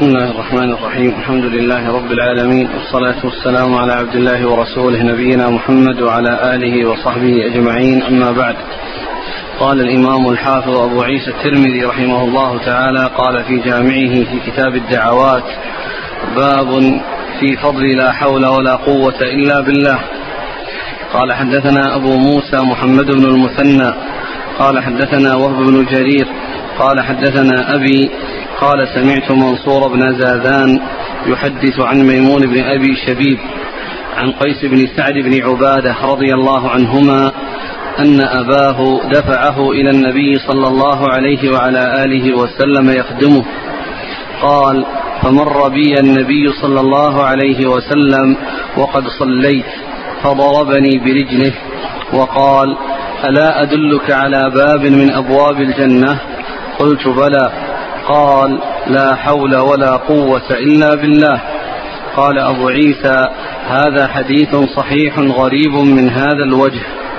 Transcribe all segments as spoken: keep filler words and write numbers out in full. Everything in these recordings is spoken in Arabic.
بسم الله الرحمن الرحيم. الحمد لله رب العالمين، والصلاة والسلام على عبد الله ورسوله نبينا محمد وعلى آله وصحبه أجمعين، أما بعد. قال الإمام الحافظ أبو عيسى الترمذي رحمه الله تعالى قال في جامعه في كتاب الدعوات: باب في فضل لا حول ولا قوة إلا بالله. قال حدثنا أبو موسى محمد بن المثنى قال حدثنا وهب بن جرير قال حدثنا أبي قال سمعت منصور بن زاذان يحدث عن ميمون بن أبي شبيب عن قيس بن سعد بن عبادة رضي الله عنهما أن أباه دفعه إلى النبي صلى الله عليه وعلى آله وسلم يخدمه. قال: فمر بي النبي صلى الله عليه وسلم وقد صليت فضربني برجله وقال: ألا أدلك على باب من أبواب الجنة؟ قلت: بلى. قال: لا حول ولا قوة إلا بالله. قال أبو عيسى: هذا حديث صحيح غريب من هذا الوجه.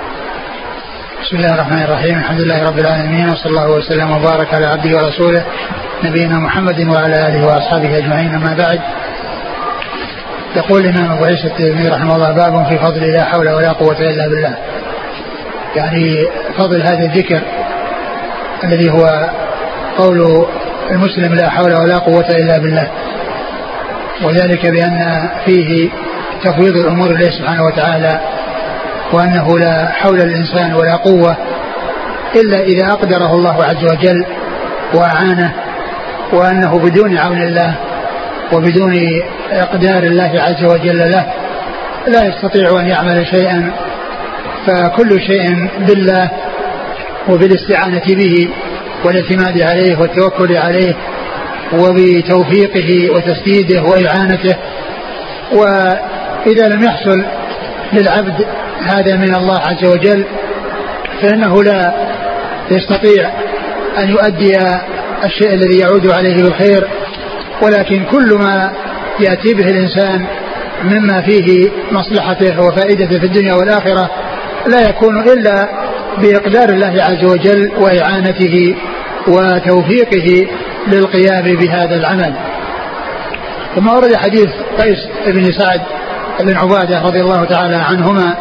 بسم الله الرحمن الرحيم. الحمد لله رب العالمين، وصلى الله وسلم وبارك على عبده ورسوله نبينا محمد وعلى آله وأصحابه أجمعين، أما بعد. يقول الإمام أبو عيسى الترمذي رحمه الله: باب في فضل لا حول ولا قوة إلا بالله، يعني فضل هذا الذكر الذي هو قول المسلم لا حول ولا قوة إلا بالله، وذلك بأن فيه تفويض الأمور إليه سبحانه وتعالى، وأنه لا حول للإنسان ولا قوة إلا إذا أقدره الله عز وجل وأعانه، وأنه بدون عون الله وبدون إقدار الله عز وجل له لا يستطيع أن يعمل شيئا، فكل شيء بالله وبالاستعانة به والاعتماد عليه والتوكل عليه وبتوفيقه وتسديده وإعانته. وإذا لم يحصل للعبد هذا من الله عز وجل فإنه لا يستطيع أن يؤدي الشيء الذي يعود عليه بالخير، ولكن كل ما يأتي به الإنسان مما فيه مصلحته وفائدته في الدنيا والآخرة لا يكون إلا بإقدار الله عز وجل وإعانته وتوفيقه للقيام بهذا العمل. ثم ورد حديث قيس بن سعد بن عبادة رضي الله تعالى عنهما،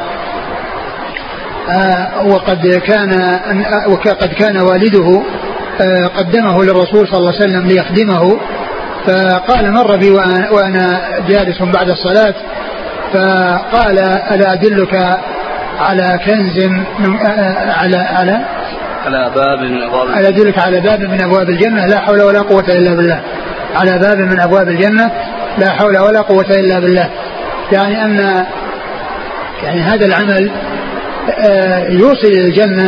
آه وقد كان وقد كان والده آه قدمه للرسول صلى الله عليه وسلم ليخدمه، فقال: مر بي وأنا جالس بعد الصلاة فقال: ألا أدلك على كنز من آه على على على باب من أبواب ألا أدلك على باب من أبواب الجنة لا حول ولا قوة إلا بالله. على باب من أبواب الجنة لا حول ولا قوة إلا بالله، يعني أن يعني هذا العمل آه يوصل إلى الجنة،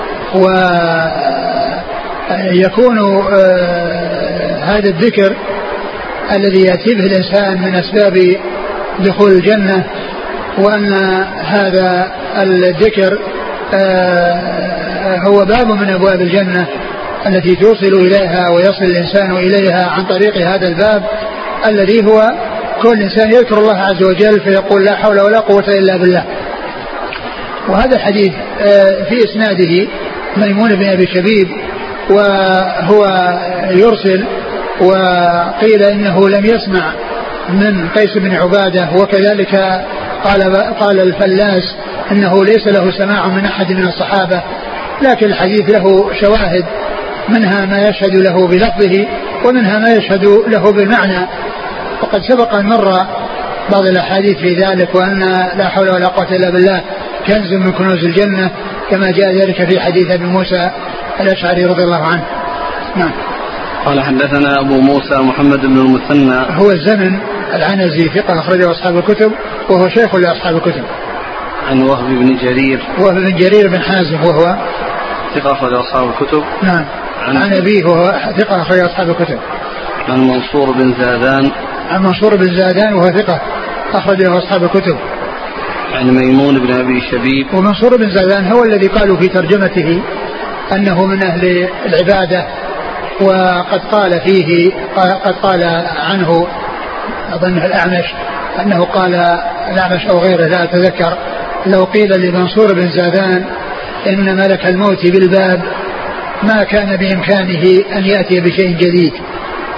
ويكون آه هذا الذكر الذي يأتي به الإنسان من أسباب دخول الجنة، وأن هذا الذكر آه هو باب من أبواب الجنة التي توصل إليها ويصل الإنسان إليها عن طريق هذا الباب الذي هو كل إنسان يذكر الله عز وجل فيقول لا حول ولا قوة إلا بالله. وهذا الحديث في إسناده ميمون بن أبي شبيب، وهو يرسل، وقيل إنه لم يسمع من قيس بن عبادة، وكذلك قال قال الفلاس إنه ليس له سماع من أحد من الصحابة، لكن الحديث له شواهد، منها ما يشهد له بلفظه ومنها ما يشهد له بالمعنى، وقد سبق أن مر بعض الأحاديث في ذلك، وأن لا حول ولا قوة إلا بالله كنز من كنوز الجنة، كما جاء ذلك في حديث أبي موسى الأشعري رضي الله عنه. نعم. قال حدثنا أبو موسى محمد بن المثنى هو الزمن العنزي ثقة أخرجه أصحاب الكتب، وهو شيخ لأصحاب الكتب. عن وهب بن جرير وهب بن جرير بن حازم وهو ثقة أخرج أصحاب الكتب. نعم. عن, عن أبيه وهو ثقة أخرج أصحاب الكتب. عن منصور بن زادان عن منصور بن زادان وهو ثقة أخرجه أصحاب الكتب. عن ميمون بن أبي شبيب. ومنصور بن زادان هو الذي قالوا في ترجمته أنه من أهل العبادة، وقد قال فيه قد قال عنه أظنه الأعمش أنه قال الأعمش أو غيره لا أتذكر، لو قيل لمنصور بن زادان إن ملك الموت بالباب ما كان بإمكانه أن يأتي بشيء جديد،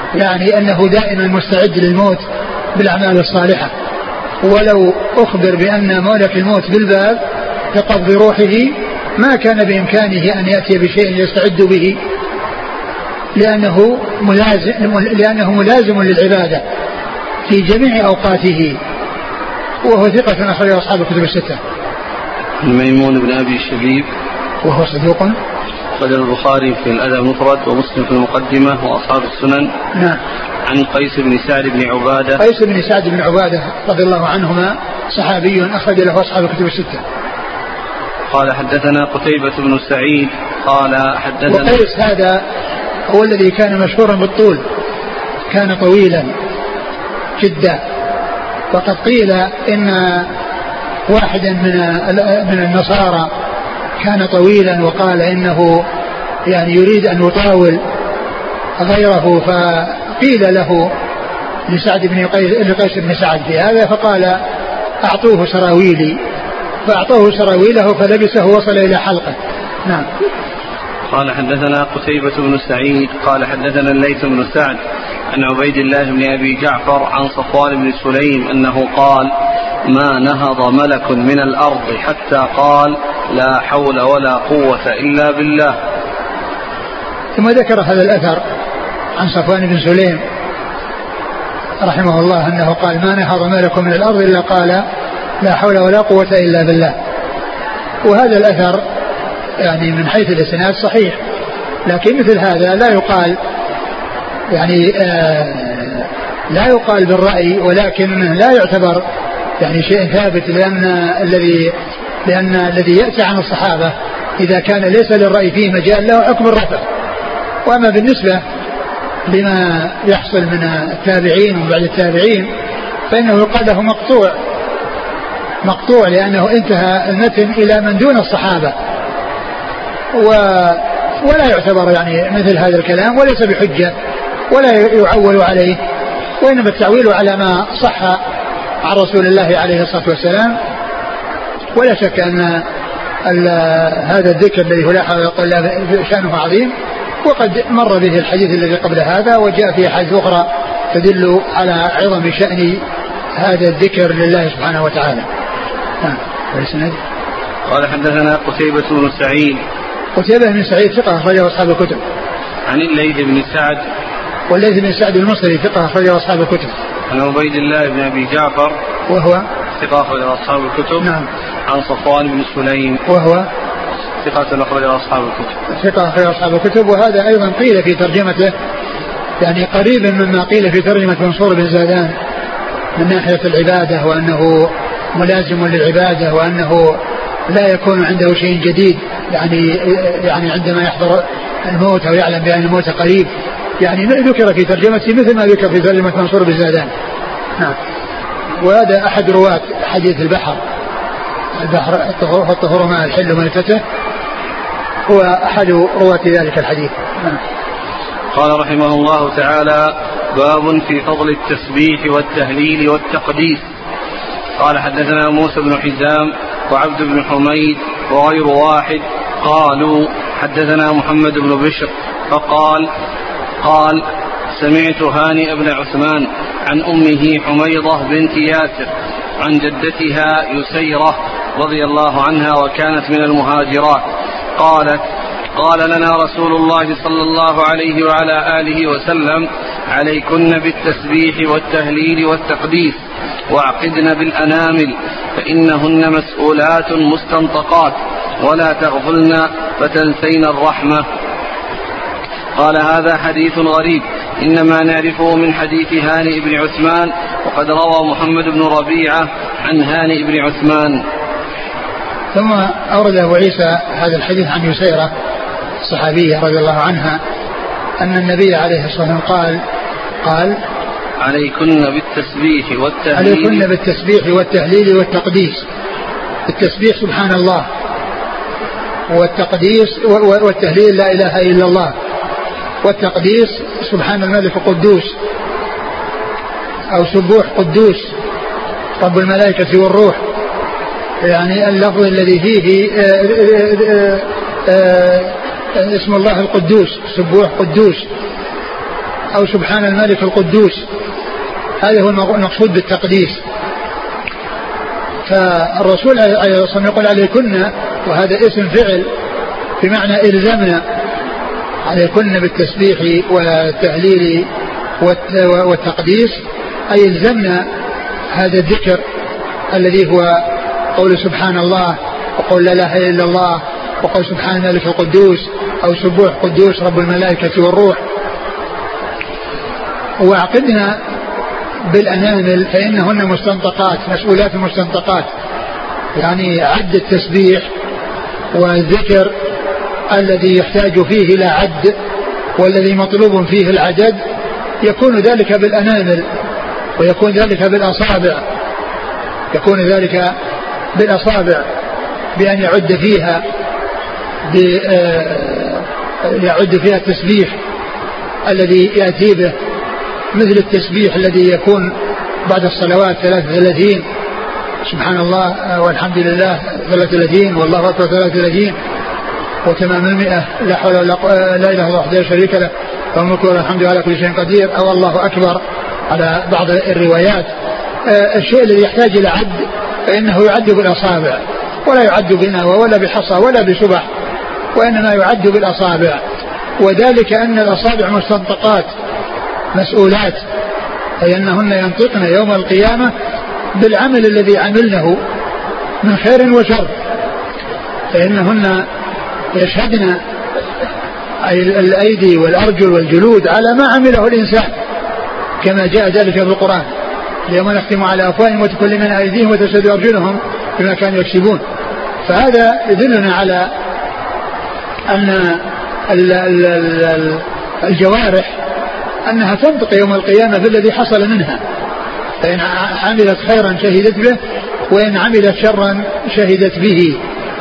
يعني أنه دائما مستعد للموت بالأعمال الصالحة، ولو أخبر بأن ملك الموت بالباب لقبض روحه ما كان بإمكانه أن يأتي بشيء يستعد به، لأنه ملازم, لأنه ملازم للعبادة في جميع أوقاته، وهو ثقة أخرجه أصحاب الكتب الستة. ميمون بن أبي شبيب وهو صدوق أخرج البخاري في الأدب المفرد ومسلم في المقدمة وأصحاب السنن. نعم. عن قيس بن سعد بن عبادة قيس بن سعد بن عبادة رضي الله عنهما صحابي أخرج له أصحاب الكتب الستة. قال حدثنا قتيبة بن سعيد قال حدثنا. وقيس هذا هو الذي كان مشهورا بالطول، كان طويلا جدا، وقد قيل إن واحدا من من النصارى كان طويلا وقال إنه يعني يريد أن يطاول غيره، فقيل له لسعد بن قيس لقيس بن سعد في هذا فقال أعطوه سراويلي، فأعطوه سراويله فلبسه وصل إلى حلقه. نعم. قال حدثنا قتيبة بن سعيد قال حدثنا الليث بن سعد عن عبيد الله بن أبي جعفر عن صفوان بن سليم أنه قال ما نهض ملك من الأرض حتى قال لا حول ولا قوة إلا بالله. ثم ذكر هذا الأثر عن صفوان بن سليم رحمه الله أنه قال ما نهض ملك من الأرض إلا قال لا حول ولا قوة إلا بالله. وهذا الأثر يعني من حيث الإسناد صحيح، لكن مثل هذا لا يقال يعني آه لا يقال بالرأي، ولكن لا يعتبر يعني شيء ثابت، لأن الذي لأن الذي يأتي عن الصحابة إذا كان ليس للرأي فيه مجال له حكم الرفع. وأما بالنسبة لما يحصل من التابعين وبعد التابعين فإنه يقال له مقطوع مقطوع لأنه انتهى المتن إلى من دون الصحابة، و ولا يعتبر يعني مثل هذا الكلام وليس بحجة ولا يعول عليه، وإنما التعويل على ما صح عن رسول الله عليه الصلاة والسلام. ولا شك أن هذا الذكر الذي هو لا حول ولا قوة إلا بالله شأنه عظيم، وقد مر به الحديث الذي قبل هذا، وجاء في حديث أخرى تدل على عظم شأن هذا الذكر لله سبحانه وتعالى. قال حدثنا قتيبة بن سعيد. قتيبة بن سعيد ثقة أخرجه أصحاب الكتب. عن الليث بن سعد. والليث بن سعد المصري ثقة أخرجه أصحاب الكتب. عن عبيد الله بن أبي جعفر وهو ثقة أخرجه أصحاب الكتب. نعم. عن صفوان بن سليم وهو ثقة أخرجه أصحاب الكتب. ثقة أخرجه أصحاب الكتب. وهذا أيضا قيل في ترجمته يعني قريبا مما قيل في ترجمة منصور بن زادان من ناحية العبادة، وأنه ملازم للعبادة، وأنه لا يكون عنده شيء جديد يعني يعني عندما يحضر الموت أو يعلم بأن الموت قريب، يعني ذكر في ترجمته مثل ما ذكر في ترجمة منصور بن زادان. نعم. وهذا أحد رواة حديث البحر البحر الطهور ماء الحل ميتته، هو أحد رواة ذلك الحديث. نعم. قال رحمه الله تعالى باب في فضل التسبيح والتهليل والتقديس. قال حدثنا موسى بن حزام وعبد بن حميد وغير واحد قالوا حدثنا محمد بن بشر فقال قال سمعت هانئ بن عثمان عن أمه حميضة بنت ياسر عن جدتها يسيرة رضي الله عنها وكانت من المهاجرات قالت قال لنا رسول الله صلى الله عليه وعلى آله وسلم عليكن بالتسبيح والتهليل والتقديس واعقدن بالأنامل فإنهن مسؤولات مستنطقات ولا تغفلن فتنسين الرحمة. قال هذا حديث غريب إنما نعرفه من حديث هانئ بن عثمان، وقد روى محمد بن ربيعة عن هانئ بن عثمان. ثم أورد أبو عيسى هذا الحديث عن يسيرة الصحابية رضي الله عنها أن النبي عليه الصلاة والسلام قال قال عليكن بالتسبيح والتهليل عليكن بالتسبيح والتهليل والتقديس. التسبيح سبحان الله، والتقديس والتهليل لا إله إلا الله، والتقديس سبحان الملك القدوس أو سبوح قدوس رب الملائكة والروح، يعني اللفظ الذي فيه آآ آآ اسم الله القدوس سبوح قدوس أو سبحان الملك القدوس. هذا هو المقصود بالتقديس. فالرسول عليه الصلاة والسلام يقول عليكن، وهذا اسم فعل بمعنى إلزمنا، عليكن بالتسبيح والتهليل والتقديس، أي إلزمنا هذا الذكر الذي هو قول سبحان الله، وقول لا إله إلا الله، وقول سبحان الملك القدوس، أو سبوح قدوس رب الملائكة والروح. وعقدنا بالأنامل فإنهن مستنطقات، مسؤولات مستنطقات، يعني عد التسبيح والذكر الذي يحتاج فيه إلى عد والذي مطلوب فيه العدد يكون ذلك بالأنامل، ويكون ذلك بالأصابع، يكون ذلك بالأصابع بأن يعد فيها يعد فيها التسبيح الذي يأتي به، مثل التسبيح الذي يكون بعد الصلوات ثلاثة وثلاثين، سبحان الله والحمد لله ثلاثة وثلاثين، والله أكبر ثلاثة وثلاثين، وتمام المئة، لا حول ولا قوة لا إله إلا الله وحده لا شريك له له الملك وله الحمد على كل شيء قدير، أو الله أكبر على بعض الروايات. الشيء الذي يحتاج إلى عد فإنه يعد بالأصابع، ولا يعد بناوى ولا بحصى ولا بسبح، وإنما يعد بالأصابع. وذلك أن الأصابع مستنطقات مسؤولات، أي أنهن ينطقن يوم القيامة بالعمل الذي عملنه من خير وشر، فإنهن يشهدن الأيدي والأرجل والجلود على ما عمله الإنسان، كما جاء ذلك في القرآن: اليوم نختم على أفواههم وتكلمنا أيديهم وتشهد أرجلهم بما كانوا يكسبون. فهذا يدلنا على أن الجوارح أنها تنطق يوم القيامة بالذي حصل منها، فإن عملت خيرا شهدت به، وإن عملت شرا شهدت به.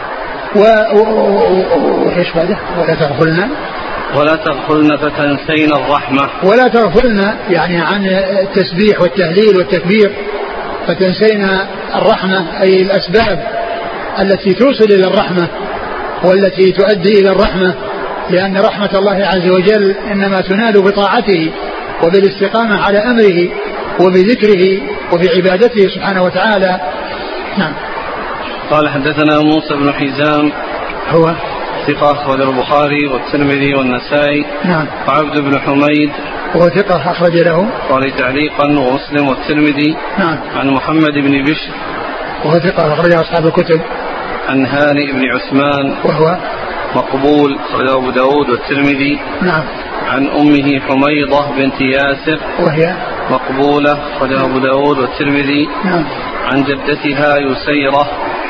وإيش بعده؟ ولا تغفلنا ولا تغفلن فتنسين الرحمة، ولا تغفلن يعني عن التسبيح والتهليل والتكبير، فتنسين الرحمة أي الأسباب التي توصل إلى الرحمة والتي تؤدي إلى الرحمة، لأن رحمة الله عز وجل إنما تنال بطاعته وبالاستقامة على أمره وبذكره وبعبادته سبحانه وتعالى. نعم. قال حدثنا موسى بن حزام هو ثقة أخرج البخاري والترمذي والنسائي. نعم. وعبد بن حميد وهو ثقة أخرج له قال تعليقا ومسلم والترمذي. نعم. عن محمد بن بشر وهو ثقة أخرج أصحاب الكتب. عن هانئ بن عثمان وهو مقبول أخرج أبو داود والترمذي. نعم. عن أمه حميضة بنت ياسر وهي مقبولة أخرج أبو داود والترمذي. نعم. عن جدتها يسيرة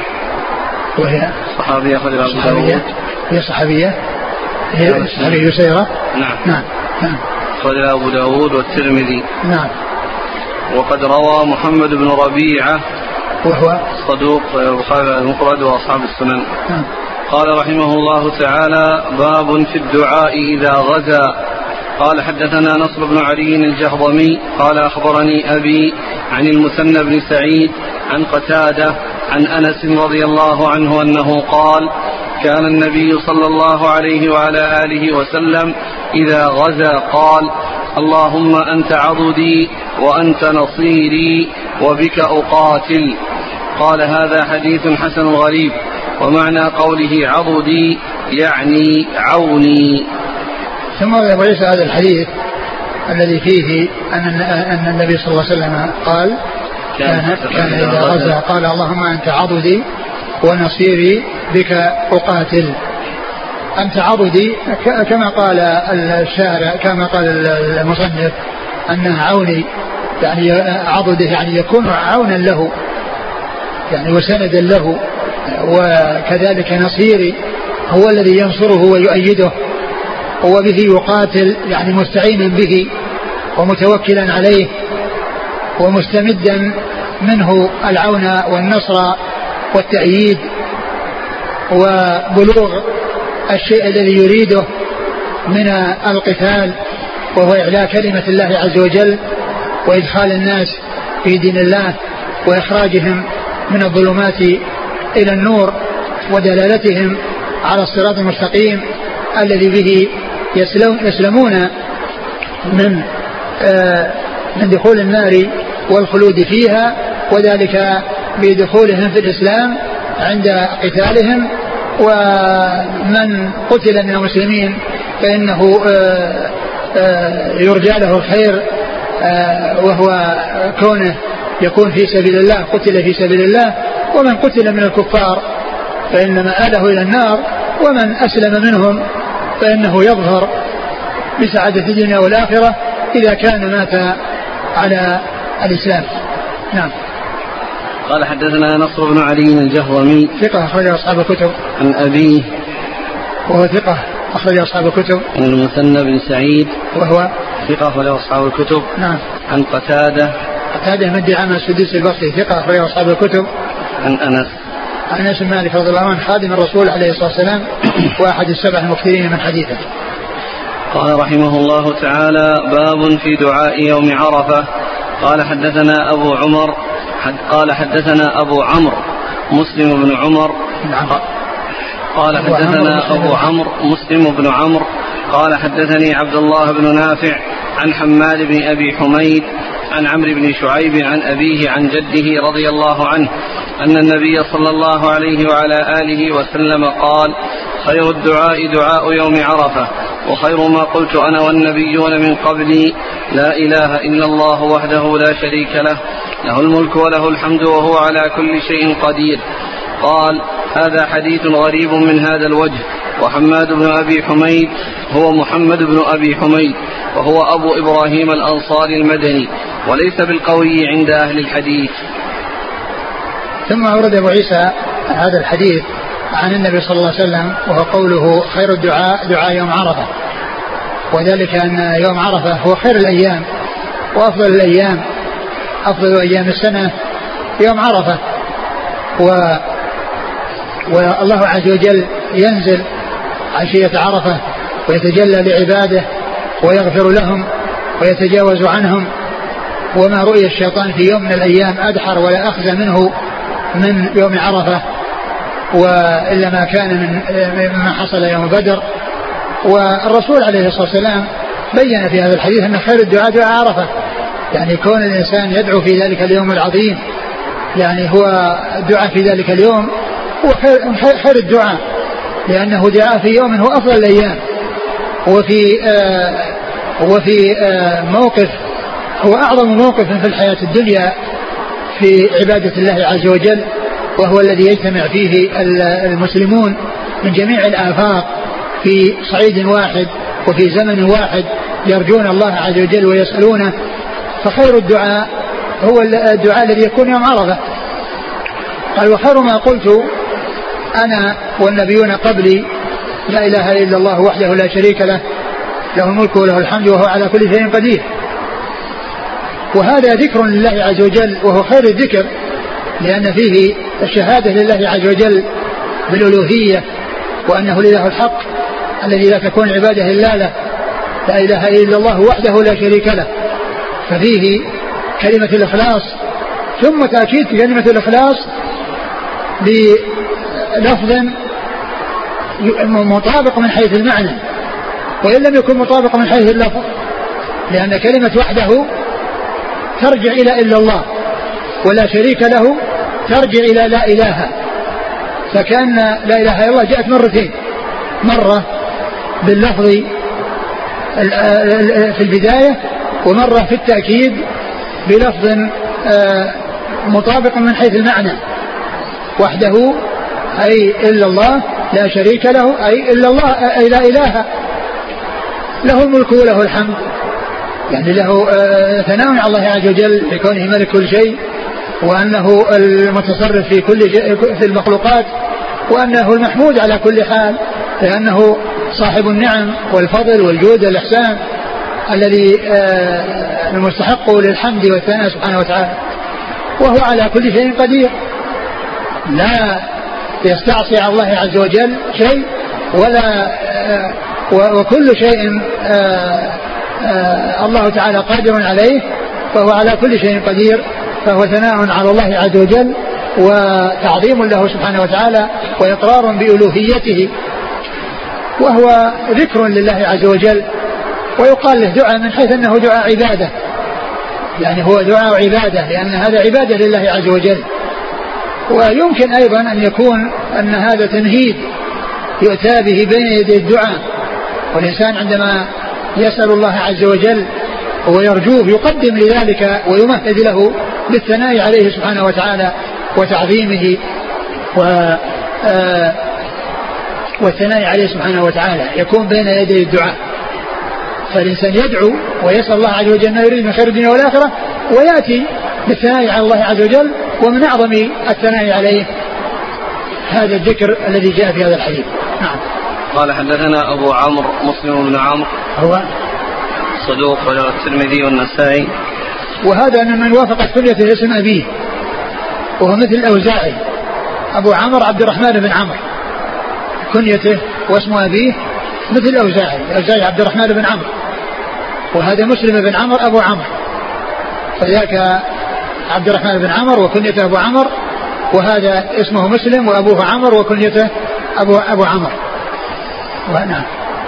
وهي صحابية أخرج أبو داود. هي صحابية هي صحابية يسيرة. نعم. نعم. نعم. أخرج أبو داود والترمذي. نعم. وقد روى محمد بن ربيعة وهو صدوق البخاري المفرد وأصحاب السنن. نعم. قال رحمه الله تعالى: باب في الدعاء إذا غزا. قال حدثنا نصر بن علي الجهضمي قال أخبرني أبي عن المثنى بن سعيد عن قتادة عن أنس رضي الله عنه أنه قال: كان النبي صلى الله عليه وعلى آله وسلم إذا غزا قال: اللهم أنت عضدي وأنت نصيري وبك أقاتل. قال: هذا حديث حسن غريب، ومعنى قوله عضدي يعني عوني. ثم وليس هذا الحديث الذي فيه أن أن النبي صلى الله عليه وسلم قال كان, كان إذا غزا قال: اللهم أنت عضدي ونصيري بك أقاتل. أنت عضدي كما قال الشارع كما قال المصنف أنه عوني، يعني عضده يعني يكون عونا له يعني وسندا له، وكذلك نصيري هو الذي ينصره ويؤيده، وبه يقاتل يعني مستعينا به ومتوكلا عليه ومستمدا منه العون والنصر والتأييد وبلوغ الشيء الذي يريده من القتال، وهو إعلاء كلمة الله عز وجل وإدخال الناس في دين الله وإخراجهم من الظلمات إلى النور ودلالتهم على الصراط المستقيم الذي به يسلمون من من دخول النار والخلود فيها، وذلك بدخولهم في الإسلام عند قتالهم. ومن قتل من المسلمين فإنه يرجى له الخير، وهو كونه يكون في سبيل الله، قتل في سبيل الله. ومن قتل من الكفار فإن مآله إلى النار، ومن أسلم منهم فإنه يظهر بسعادة الدنيا والآخرة إذا كان مات على الإسلام. نعم. قال حدثنا نصر بن علي الجهضمي ثقة أخرج أصحاب الكتب. عن أبيه وهو ثقة أخرج أصحاب الكتب. عن المثنى بن سعيد وهو ثقة أخرج أصحاب الكتب. نعم. عن قتادة قتادة بن دعامة السدوسي البصري ثقة أخرج أصحاب الكتب. عن أنس عن أنس بن مالك رضي الله عنه خادم الرسول عليه الصلاة والسلام وأحد السبع المكثرين من حديثه. قال رحمه الله تعالى: باب في دعاء يوم عرفة. قال حدثنا أبو عمر حد قال حدثنا أبو عمرو مسلم بن عمر نعم. قال حدثنا أبو عمرو مسلم بن عمرو قال حدثني عبد الله بن نافع عن حماد بن أبي حميد عن عمرو بن شعيب عن أبيه عن جده رضي الله عنه أن النبي صلى الله عليه وعلى آله وسلم قال: خير الدعاء دعاء يوم عرفة، وخير ما قلت أنا والنبيون من قبلي لا إله إلا الله وحده لا شريك له، له الملك وله الحمد وهو على كل شيء قدير. قال: هذا حديث غريب من هذا الوجه. وحماد بن أبي حميد هو محمد بن أبي حميد، وهو أبو إبراهيم الأنصاري المدني، وليس بالقوي عند أهل الحديث. ثم أورد أبو عيسى هذا الحديث عن النبي صلى الله عليه وسلم، وهو قوله: خير الدعاء دعاء يوم عرفة، وذلك أن يوم عرفة هو خير الأيام وأفضل الأيام، أفضل أيام السنة يوم عرفة. و... والله عز وجل ينزل عشية عرفة ويتجلى لعباده ويغفر لهم ويتجاوز عنهم. وما رؤي الشيطان في يوم من الأيام أدحر ولا أخزى منه من يوم عرفة، وإلا ما كان من مما حصل يوم بدر. والرسول عليه الصلاة والسلام بين في هذا الحديث أن خير الدعاء دعاء عرفة، يعني كون الإنسان يدعو في ذلك اليوم العظيم، يعني هو الدعاء في ذلك اليوم هو خير, خير الدعاء، لأنه دعاء في يوم هو أفضل الأيام، وفي آه وفي آه موقف هو أعظم موقف في الحياة الدنيا في عبادة الله عز وجل، وهو الذي يجتمع فيه المسلمون من جميع الآفاق في صعيد واحد وفي زمن واحد يرجون الله عز وجل ويسألونه. فخير الدعاء هو الدعاء الذي يكون يوم عرفة. قال: وخير ما قلت أنا والنبيون قبلي لا إله إلا الله وحده لا شريك له، له الملك وله الحمد وهو على كل شيء قدير. وهذا ذكر لله عز وجل، وهو خير الذكر، لأن فيه الشهادة لله عز وجل بالألوهية، وأنه الإله الحق الذي لا تكون عباده إلا له، لا إله إلا الله وحده لا شريك له. ففيه كلمة الإخلاص، ثم تأكيد كلمة الإخلاص بلفظ مطابق من حيث المعنى، وإن لم يكن مطابق من حيث اللفظ، لأن كلمة وحده ترجع إلى إلا الله، ولا شريك له ترجع إلى لا إله. فكان لا إله إلا الله جاءت مرتين، مرة باللفظ في البداية، ومرة في التأكيد بلفظ مطابق من حيث المعنى. وحده أي إلا الله، لا شريك له أي إلا الله أي لا إله، له الملك وله الحمد، يعني له ثناء على الله عز وجل بكونه ملك كل شيء، وأنه المتصرف في كل في المخلوقات، وأنه المحمود على كل حال، لأنه صاحب النعم والفضل والجود والإحسان الذي المستحق للحمد والثناء سبحانه وتعالى. وهو على كل شيء قدير، لا يستعصي على الله عز وجل شيء، ولا وكل شيء الله تعالى قادر عليه، فهو على كل شيء قدير. فهو ثناء على الله عز وجل وتعظيم له سبحانه وتعالى وإقرار بألوهيته، وهو ذكر لله عز وجل ويقال له دعاء من حيث أنه دعاء عبادة، يعني هو دعاء عبادة لأن هذا عبادة لله عز وجل. ويمكن أيضا أن يكون أن هذا تمهيد يؤتى به بين يدي الدعاء، والإنسان عندما يسأل الله عز وجل ويرجوه يقدم لذلك ويمهد له بالثناء عليه سبحانه وتعالى وتعظيمه و والثناء عليه سبحانه وتعالى يكون بين يدي الدعاء. فالإنسان يدعو ويسأل الله عز وجل ما يريد من خير الدنيا والآخرة، ويأتي بالثناء على الله عز وجل، ومن أعظم الثناء عليه هذا الذكر الذي جاء في هذا الحديث. نعم. قال حدثنا أبو عمرو مسلم بن عمرو هو صدوق وله الترمذي والنسائي. وهذا من وافقت كنيته اسم أبيه، وهو مثل الأوزاعي. أبو عمرو عبد الرحمن بن عمرو كنيته، واسم أبيه مثل الأوزاعي، الأوزاعي عبد الرحمن بن عمرو، وهذا مسلم بن عمرو أبو عمرو، فذاك عبد الرحمن بن عمرو وكنيته أبو عمرو، وهذا اسمه مسلم وأبوه عمرو وكنيته أبو أبو عمرو. ونعم.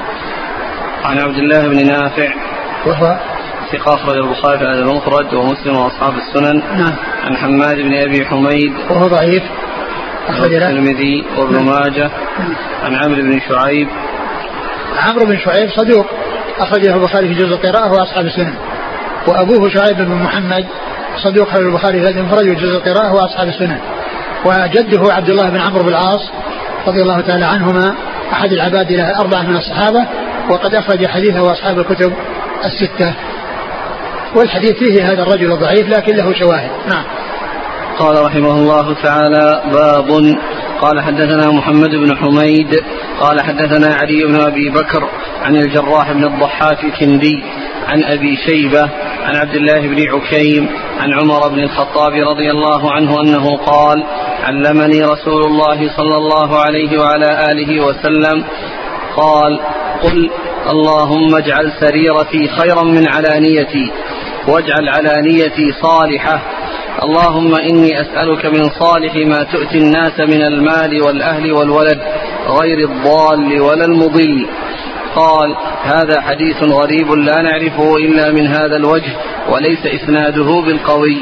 عن عبد الله بن نافع وهو ثقة أخرج البخاري في الأدب المفرد ومسلم وأصحاب السنن. نعم. عن حماد بن أبي حميد وهو ضعيف أخرج له الترمذي وابن ماجه. عن عمرو بن شعيب. عمرو بن شعيب صدوق أخرجه البخاري في جزء القراءة وأصحاب السنن، وأبوه شعيب بن محمد صدوق أخرج البخاري في الأدب المفرد وجزء القراءة وأصحاب السنن، وجده عبد الله بن عمرو بن العاص رضي الله تعالى عنهما أحد العباد له أربعة من الصحابة، وقد أخرج حديثه وأصحاب الكتب الستة. والحديث فيه هذا الرجل الضعيف لكن له شواهد. نعم. قال رحمه الله تعالى: باب. قال حدثنا محمد بن حميد قال حدثنا علي بن أبي بكر عن الجراح بن الضحاك الكندي عن أبي شيبة عن عبد الله بن عكيم عن عمر بن الخطاب رضي الله عنه أنه قال: علمني رسول الله صلى الله عليه وعلى آله وسلم قال: قل اللهم اجعل سريرتي خيرا من علانيتي واجعل علانيتي صالحة، اللهم إني أسألك من صالح ما تؤتي الناس من المال والأهل والولد غير الضال ولا المضل. قال: هذا حديث غريب لا نعرفه إلا من هذا الوجه وليس إسناده بالقوي.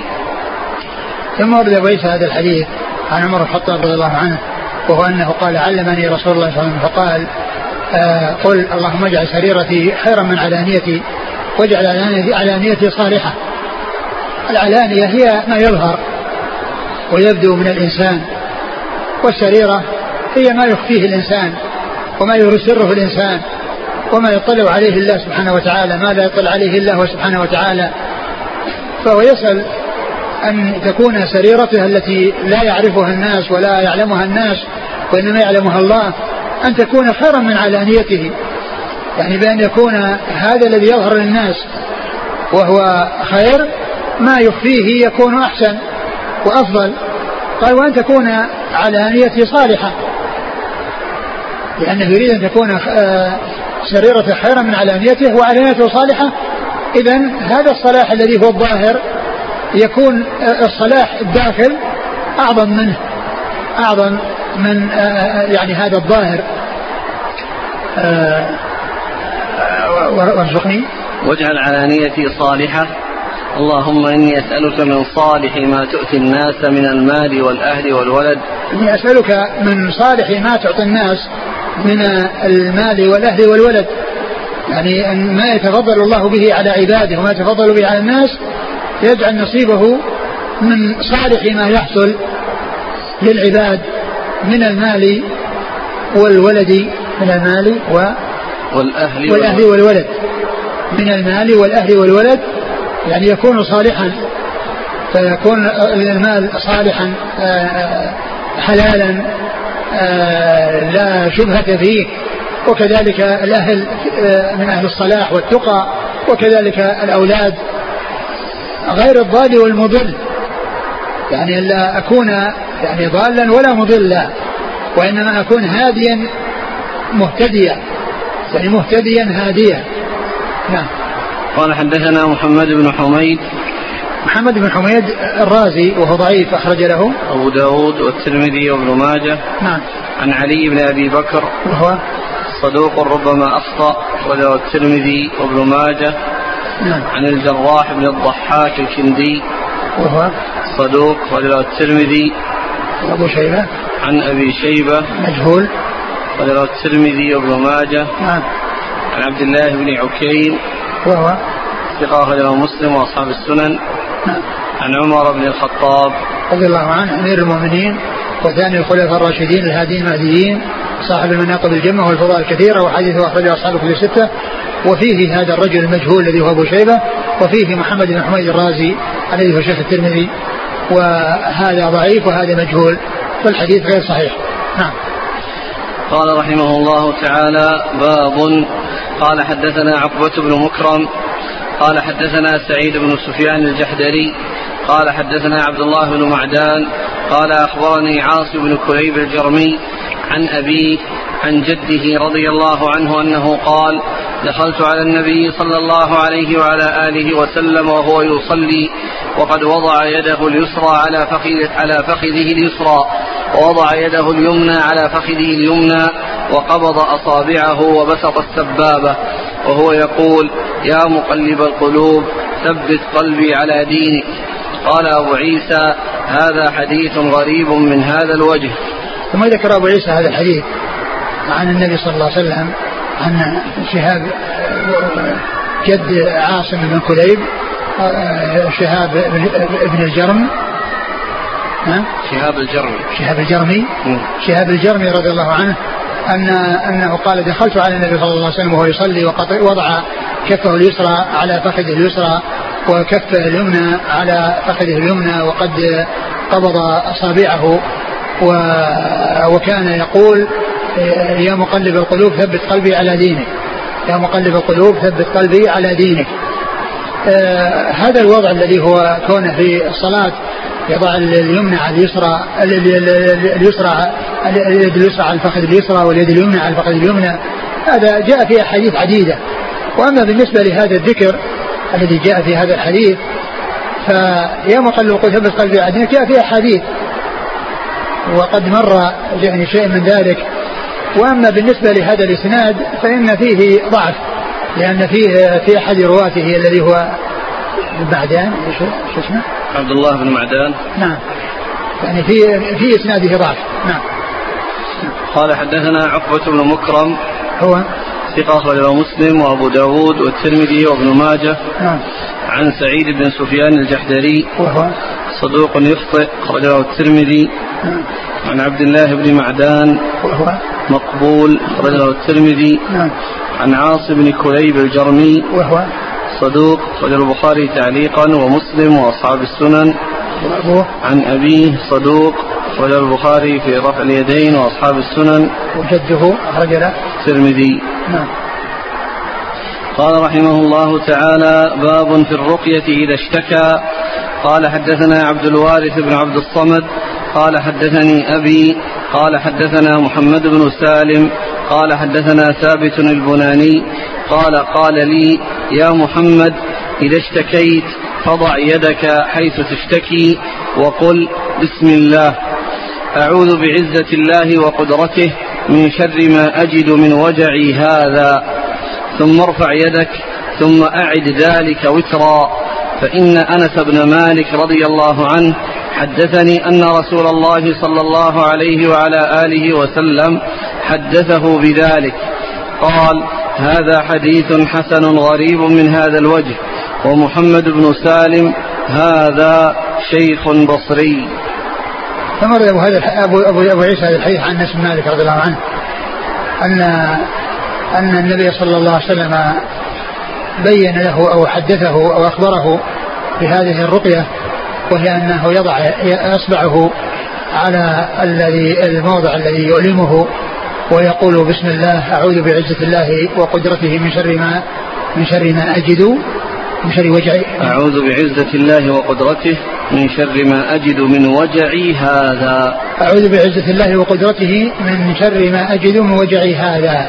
ثم ورد بيت هذا الحديث عن عمر الخطاب رضي الله عنه، وهو أنه قال: علمني رسول الله صلى الله عليه وسلم فقال: آه قل اللهم اجعل سريرتي خيرا من علانيتي واجعل علانيتي صالحة. العلانية هي ما يظهر ويبدو من الإنسان، والسريرة هي ما يخفيه الإنسان وما يسره الإنسان وما يطلع عليه الله سبحانه وتعالى، ما لا يطلع عليه الله سبحانه وتعالى. فهو يسأل أن تكون سريرته التي لا يعرفها الناس ولا يعلمها الناس وإنما يعلمها الله أن تكون خيرا من علانيته، يعني بأن يكون هذا الذي يظهر للناس وهو خير ما يخفيه يكون أحسن وأفضل. قال: وأن تكون علانيتي صالحة، لأنه يريد أن تكون سريرته خيرا من علانيته وعلانيته صالحة. إذن هذا الصلاح الذي هو الظاهر يكون الصلاح الداخل أعظم منه، أعظم من يعني هذا الظاهر. وارزقني واجعل علانيتي صالحة، اللهم إني أسألك من صالح ما تؤتي الناس من المال والأهل والولد. إني أسألك من صالح ما تعطي الناس من المال والأهل والولد، يعني أن ما يتفضل الله به على عباده وما يتفضل به على الناس يجعل نصيبه من صالح ما يحصل للعباد من المال والولد، من المال و والأهل, والأهل والولد، من المال والأهل والولد، يعني يكون صالحا، فيكون المال صالحا حلالا لا شبهة فيه، وكذلك الأهل من أهل الصلاح والتقى، وكذلك الأولاد غير الضال والمضل، يعني لا أكون يعني ضالا ولا مضلا، وإنما أكون هاديا مهتديا، يعني مهتديا هاديا. نعم. قال حدثنا محمد بن حميد. محمد بن حميد الرازي وهو ضعيف أخرج له أبو داود والترمذي وابن ماجه. نعم. عن علي بن أبي بكر وهو صدوق ربما أخطأ، وله الترمذي وابن ماجه. نعم. عن الجراح بن الضحاك الكندي وهو صدوق، وله الترمذي وأبو شيبة. عن أبي شيبة مجهول، وله الترمذي وابن ماجه. نعم. عن عبد الله بن عكيم وهو ثقة، له مسلم وأصحاب السنن. نعم. عن عمر بن الخطاب رضي الله عنه أمير المؤمنين وثاني الخلفاء الراشدين الهادين المهديين صاحب المناقب الجمة والفضائل الكثيرة، وحديثه أخرجه أصحاب كتب الستة. وفيه هذا الرجل المجهول الذي هو أبو شيبة، وفيه محمد بن حميد الرازي الذي هو شيخ الترمذي، وهذا ضعيف وهذا مجهول، فالحديث غير صحيح. نعم. قال رحمه الله تعالى: باب. قال حدثنا عقبة بن مكرم قال حدثنا سعيد بن سفيان الجحدري قال حدثنا عبد الله بن معدان قال أخبرني عاصم بن كليب الجرمي عن أبيه عن جده رضي الله عنه أنه قال: دخلت على النبي صلى الله عليه وعلى آله وسلم وهو يصلي، وقد وضع يده اليسرى على فخذ على فخذه اليسرى، ووضع يده اليمنى على فخذه اليمنى، وقبض أصابعه وبسط السبابة، وهو يقول: يا مقلب القلوب ثبت قلبي على دينك. قال أبو عيسى: هذا حديث غريب من هذا الوجه. ثم ذكر أبو عيسى هذا الحديث عن النبي صلى الله عليه وسلم عن شهاب جد عاصم بن كليب، شهاب ابن الجرم، شهاب الجرمي شهاب الجرمي شهاب الجرمي رضي الله عنه أن أنه قال: دخلت على النبي صلى الله عليه وسلم وهو يصلي، ووضع كفه اليسرى على فخذه اليسرى وكفه اليمنى على فخذه اليمنى، وقد قبض أصابعه، وكان يقول: يا مقلب القلوب ثبت قلبي على دينك، يا مقلب القلوب ثبت قلبي على دينك. آه هذا الوضع الذي هو كونه في الصلاة يضع اليمنى على اليسرى، اليسرى اليد اليسرى على الفخذ اليسرى واليد اليمنى على الفخذ اليمنى، هذا جاء في أحاديث عديدة. وأما بالنسبة لهذا الذكر الذي جاء في هذا الحديث، فيا مقلب القلوب ثبت قلبي على دينك جاء في أحاديث وقد مر يعني شيء من ذلك. وأما بالنسبة لهذا الإسناد فإن فيه ضعف، لأن فيه في أحد رواته الذي هو معدان، شو اسمه؟ عبد الله بن معدان. نعم. يعني في في إسناده ضعف. نعم. قال حدثنا عقبة بن مكرم هو ثقة، أخرجه مسلم وأبو داود والترمذي وابن ماجه. نعم. عن سعيد بن سفيان الجحدري وهو صدوق يخطئ، أخرجه الترمذي. نعم. عن عبد الله بن معدان وهو مقبول، أخرجه الترمذي. نعم. عن عاصم بن كليب الجرمي وهو صدوق، أخرجه البخاري تعليقا ومسلم وأصحاب السنن. وأبوه عن أبيه صدوق، أخرجه البخاري في رفع اليدين وأصحاب السنن. وجده أخرج له الترمذي. نعم. قال رحمه الله تعالى: باب في الرقية إذا اشتكى. قال حدثنا عبد الوارث بن عبد الصمد قال حدثني أبي قال حدثنا محمد بن سالم قال حدثنا ثابت البناني قال: قال لي: يا محمد إذا اشتكيت فضع يدك حيث تشتكي وقل: بسم الله، أعوذ بعزة الله وقدرته من شر ما أجد من وجعي هذا، ثم ارفع يدك ثم أعد ذلك وترا، فإن أنس بن مالك رضي الله عنه حدثني أن رسول الله صلى الله عليه وعلى آله وسلم حدثه بذلك. قال: هذا حديث حسن غريب من هذا الوجه، ومحمد بن سالم هذا شيخ بصري. فمر هذا أبو, أبو, أبو عيسى هذا الحديث عن أنس بن مالك رضي الله عنه أن أن النبي صلى الله عليه وسلم بين له أو حدثه أو أخبره بهذه الرقية، وهي أنه يضع أصبعه على الذي الموضع الذي يؤلمه ويقول: بسم الله، أعوذ بعزة الله وقدرته من شر ما من شر ما أجد من شر وجعي أعوذ بعزة الله وقدرته من شر ما أجد من وجعي هذا. أعوذ بعزة الله وقدرته من شر ما أجد من وجعي هذا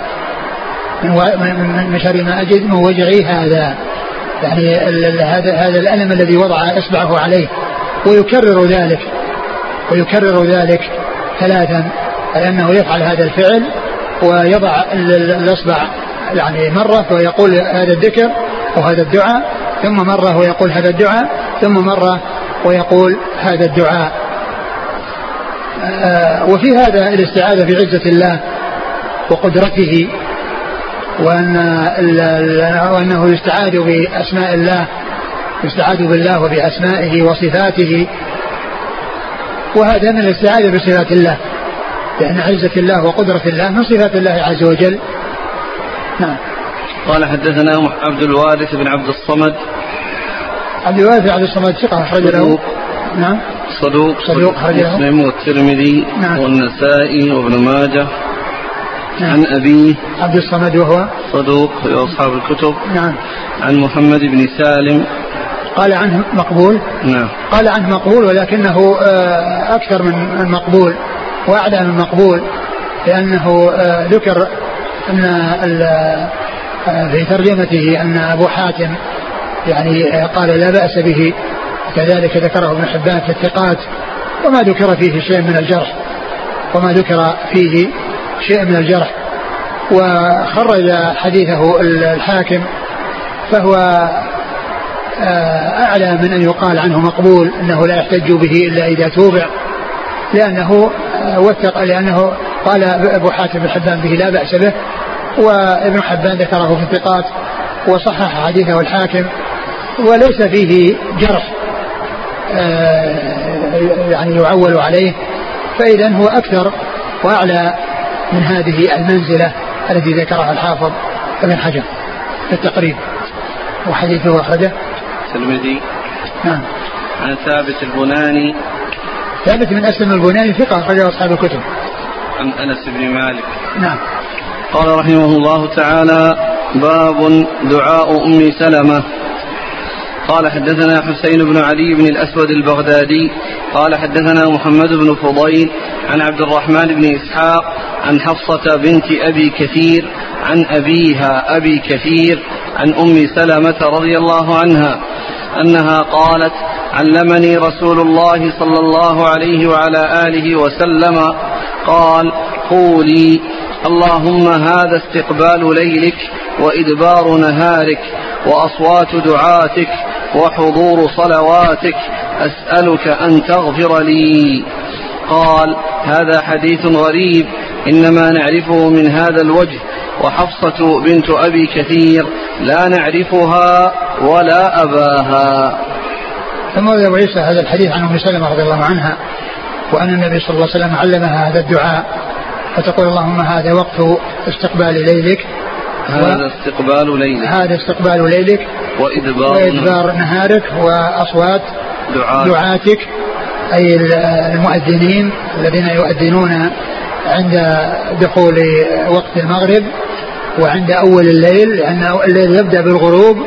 من, من شر ما أجد من وجعي هذا يعني هذا هذا الألم الذي وضع إصبعه عليه، ويكرر ذلك ويكرر ذلك ثلاثا، لأنه يفعل هذا الفعل ويضع الإصبع يعني مرة ويقول هذا الذكر وهذا الدعاء، ثم مرة ويقول هذا الدعاء، ثم مرة ويقول هذا الدعاء. وفي هذا الاستعاذة بعزة الله وقدرته، وأن وأنه يستعاذ بأسماء الله، يستعاذ بالله وبأسمائه وصفاته، وهذا من الاستعاذة بصفات الله، لأن عزة الله وقدرة الله من صفات الله عز وجل. نعم. قال حدثنا عبد الوارث بن عبد الصمد. عبد الوارث بن عبد الصمد ثقة أخرج له. نعم. صدوق صدوق أخرج له مسلم والترمذي. نعم. والنسائي وابن ماجه. نعم. عن أبيه عبد الصمد وهو صدوق في أصحاب الكتب. نعم. عن محمد بن سالم قال عنه مقبول. نعم. قال عنه مقبول، ولكنه أكثر من المقبول وأعلى من المقبول، لأنه ذكر أن في ترجمته أن أبو حاتم يعني قال لا بأس به، كذلك ذكره ابن حبان في الثقات، وما ذكر فيه شيء من الجرح وما ذكر فيه شيء من الجرح وخرج حديثه الحاكم، فهو أعلى من أن يقال عنه مقبول، أنه لا يحتج به إلا إذا توبع، لأنه وثق، لأنه قال أبو حاتم بن حبان به لا بأس به، وابن حبان ذكره في الثقات وصحح حديثه الحاكم، وليس فيه جرح يعني يعول عليه، فإذا هو أكثر وأعلى من هذه المنزلة التي ذكرها الحافظ ابن حجر في التقريب. وحديثه أخرجه الترمذي. نعم. عن ثابت البناني. ثابت من أسلم البناني ثقة أخرجه أصحاب الكتب. عن أنس بن مالك. نعم. قال رحمه الله تعالى: باب دعاء أم سلمة. قال حدثنا حسين بن علي بن الأسود البغدادي قال حدثنا محمد بن فضيل عن عبد الرحمن بن إسحاق عن حفصة بنت أبي كثير عن أبيها أبي كثير عن أم سلمة رضي الله عنها أنها قالت: علمني رسول الله صلى الله عليه وعلى آله وسلم قال: قولي اللهم هذا استقبال ليلك وإدبار نهارك وأصوات دعاتك وحضور صلواتك، أسألك أن تغفر لي. قال: هذا حديث غريب، إنما نعرفه من هذا الوجه، وحفصة بنت أبي كثير لا نعرفها ولا أباها. ثم أبو عيسى هذا الحديث عن أم سلمة رضي الله عنها، وأن النبي صلى الله عليه وسلم علمها هذا الدعاء، فتقول: اللهم هذا وقت استقبال ليلك، هذا استقبال ليلك هذا استقبال ليلك وإدبار, وإدبار نهارك وأصوات دعاء. دعاتك، أي المؤذنين الذين يؤذنون عند دخول وقت المغرب وعند أول الليل، لأن الليل يبدأ بالغروب،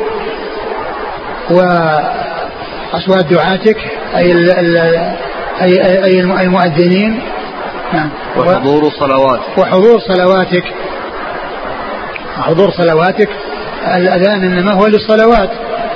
وأصوات دعاتك أي أي أي المؤذنين. نعم. وحضور صلواتك وحضور صلواتك حضور صلواتك الأذان إنما هو للصلوات،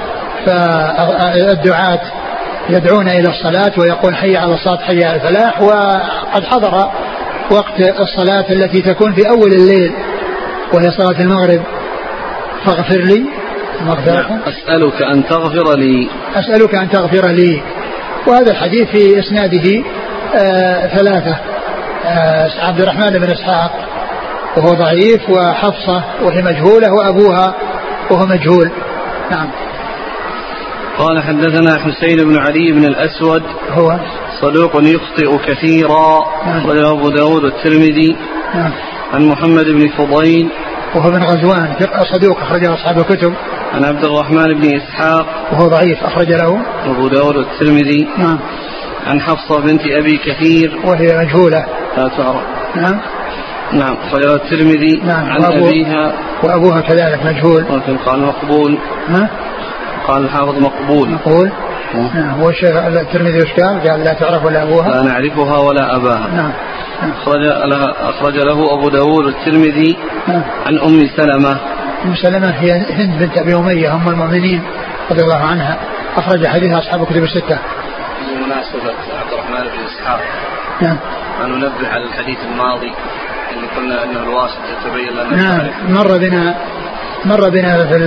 فالدعاة يدعون إلى الصلاة ويقول: حي على الصلاة حي على الفلاح، وقد حضر وقت الصلاة التي تكون في أول الليل وهي صلاة المغرب. فاغفر لي مغفرة. أسألك أن تغفر لي أسألك أن تغفر لي. وهذا الحديث في إسناده آه ثلاثة: آه عبد الرحمن بن إسحاق وهو ضعيف، وحفصة وهي مجهولة، وأبوها وهو مجهول. نعم. قال حدثنا حسين بن علي بن الأسود هو صدوق يخطئ كثيرا. نعم. وله أبو داود والترمذي. نعم. عن محمد بن فضيل وهو بن غزوان صدوق أخرجه أصحاب الكتب. عن عبد الرحمن بن إسحاق وهو ضعيف أخرج له أبو داود والترمذي. نعم. عن حفصة بنت أبي كثير وهي مجهولة لا تعرف. نعم. نعم. أخرجه الترمذي. نعم. عن أبيها وأبوها كذلك مجهول، ولكن قال مقبول. ها؟ قال الحافظ مقبول. مقبول. نعم. والشيخ الترمذي وش قال؟ قال لا تعرف ولا أبوها، لا نعرفها ولا أباها. نعم. أخرج له, أخرج له أبو داود الترمذي. نعم. عن أم سلمة. أم سلمة هي هند بنت أبي أمية أم المؤمنين رضي الله عنها، أخرج حديثها أصحاب الكتب الستة. بمناسبة عبد الرحمن بن إسحاق، نعم، أن ننبه على الحديث الماضي اللي قلنا أنه الواسطة تبين لنا. نعم مر بنا مر بنا في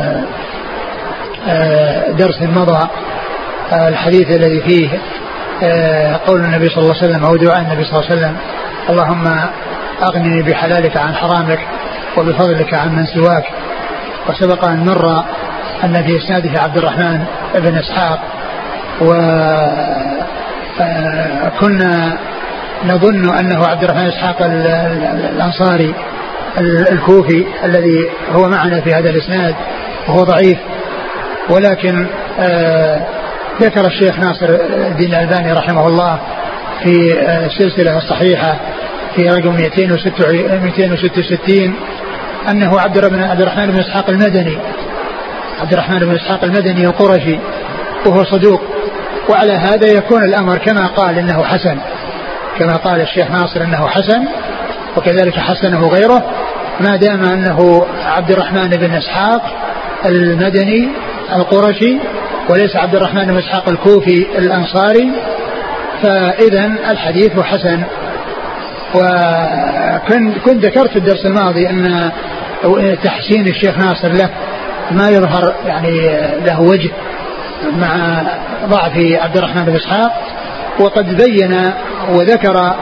درس مضى الحديث الذي فيه قول النبي صلى الله عليه وسلم أو دعاء النبي صلى الله عليه وسلم: اللهم أغنني بحلالك عن حرامك وبفضلك عن من سواك. وسبق أن مر أن في إسناده عبد الرحمن بن إسحاق، وكنا نظن أنه عبد الرحمن إسحاق الأنصاري الكوفي الذي هو معنا في هذا الإسناد وهو ضعيف، ولكن ذكر الشيخ ناصر الدين الألباني رحمه الله في السلسلة الصحيحة في رقم مئتين وستة وستين أنه عبد الرحمن بن إسحاق المدني عبد الرحمن بن إسحاق المدني القرشي، وهو صدوق. وعلى هذا يكون الأمر كما قال إنه حسن، كما قال الشيخ ناصر إنه حسن، وكذلك حسنه غيره، ما دام أنه عبد الرحمن بن إسحاق المدني القرشي وليس عبد الرحمن بن إسحاق الكوفي الأنصاري، فإذا الحديث حسن. وكنت ذكرت في الدرس الماضي أن تحسين الشيخ ناصر له ما يظهر يعني له وجه مع ضعف عبد الرحمن بن إسحاق، وقد بين وذكر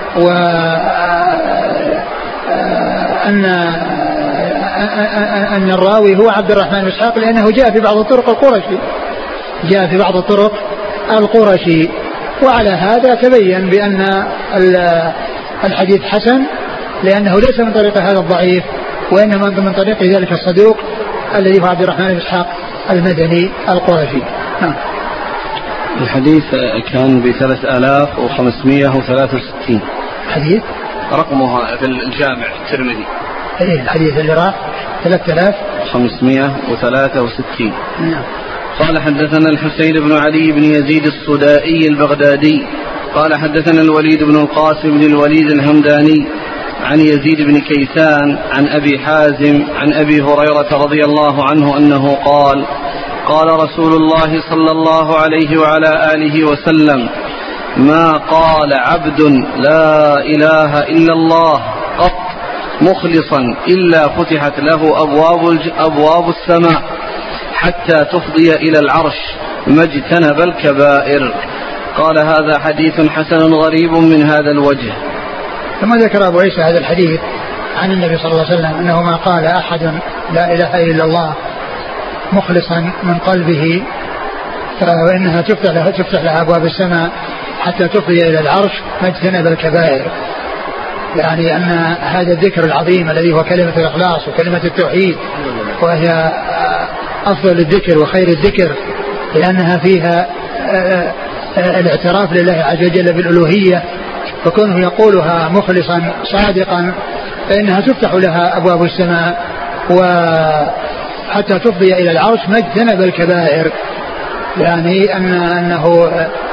وأن أن الراوي هو عبد الرحمن بن إسحاق لأنه جاء في بعض الطرق القرشي جاء في بعض الطرق القرشي وعلى هذا تبين بأن الحديث حسن، لأنه ليس من طريق هذا الضعيف، وإنما من طريق ذلك الصدوق الذي هو عبد الرحمن بن إسحاق المدني القرشي. الحديث كان بثلاث آلاف وخمسمائة وثلاثة وستين حديث رقمها في الجامع الترمذي. إيه الحديث اللي راح ثلاثة آلاف وخمسمائة وثلاثة وستين. نعم. قال حدثنا الحسين بن علي بن يزيد الصدائي البغدادي قال حدثنا الوليد بن القاسم بن الوليد الهمداني عن يزيد بن كيسان عن أبي حازم عن أبي هريرة رضي الله عنه أنه قال: قال رسول الله صلى الله عليه وعلى آله وسلم: ما قال عبد لا إله إلا الله قط مخلصا إلا فتحت له أبواب, أبواب السماء حتى تفضي إلى العرش ما اجتنب الكبائر. قال: هذا حديث حسن غريب من هذا الوجه. ثم ذكر أبو عيسى هذا الحديث عن النبي صلى الله عليه وسلم أنه ما قال أحد لا إله إلا الله مخلصا من قلبه فإنها تفتح لها, تفتح لها أبواب السماء حتى تفضي إلى العرش ما اجتنب الكبائر، يعني أن هذا الذكر العظيم الذي هو كلمة الإخلاص وكلمة التوحيد، وهي أفضل الذكر وخير الذكر لأنها فيها الاعتراف لله عز وجل بالألوهية، فكونه يقولها مخلصا صادقا فإنها تفتح لها أبواب السماء وحتى تفضي إلى العرش ما اجتنب الكبائر، يعني أن أنه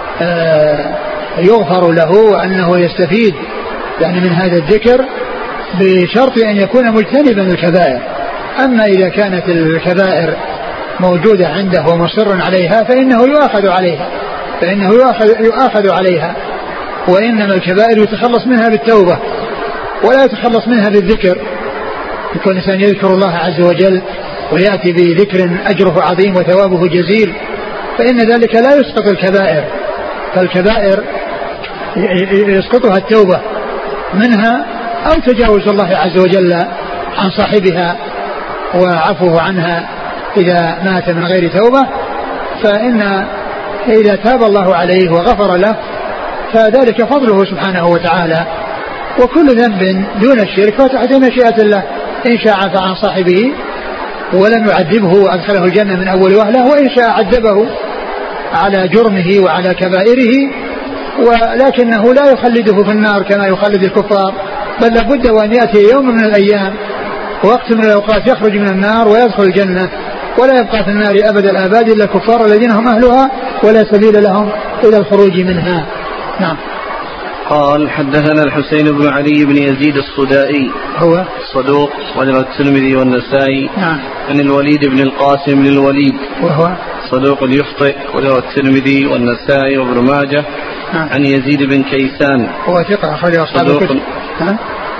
يغفر له وأنه يستفيد يعني من هذا الذكر بشرط أن يكون مجتنبا الكبائر. أما إذا كانت الكبائر موجودة عنده ومصر عليها فإنه يؤاخذ عليها فإنه يؤاخذ, يؤاخذ عليها وإنما الكبائر يتخلص منها بالتوبة ولا يتخلص منها بالذكر. يكون الإنسان يذكر الله عز وجل ويأتي بذكر أجره عظيم وثوابه جزيل، فإن ذلك لا يسقط الكبائر، فالكبائر يسقطها التوبة منها أو تجاوز الله عز وجل عن صاحبها وعفوه عنها إذا مات من غير توبة، فإن إذا تاب الله عليه وغفر له فذلك فضله سبحانه وتعالى، وكل ذنب دون الشرك فتحت مشيئة الله، إن شاء عفى عن صاحبه ولم يعذبه وأدخله الجنة من أول وهلة، وإن شاء عذبه على جرمه وعلى كبائره، ولكنه لا يخلده في النار كما يخلد الكفار، بل لابد وأن يأتي يوم من الأيام وقت من الأوقات يخرج من النار ويدخل الجنة، ولا يبقى في النار أبد الآباد إلا الكفار الذين هم أهلها ولا سبيل لهم إلى الخروج منها. نعم. قال حدثنا الحسين بن علي بن يزيد الصدائي هو صدوق وله الترمذي والنسائي. نعم. عن الوليد بن القاسم بن الوليد وهو صدوق يخطئ وله الترمذي والنسائي وابن ماجه. نعم. عن يزيد بن كيسان هو ثقة أخرج أصحاب الكتب.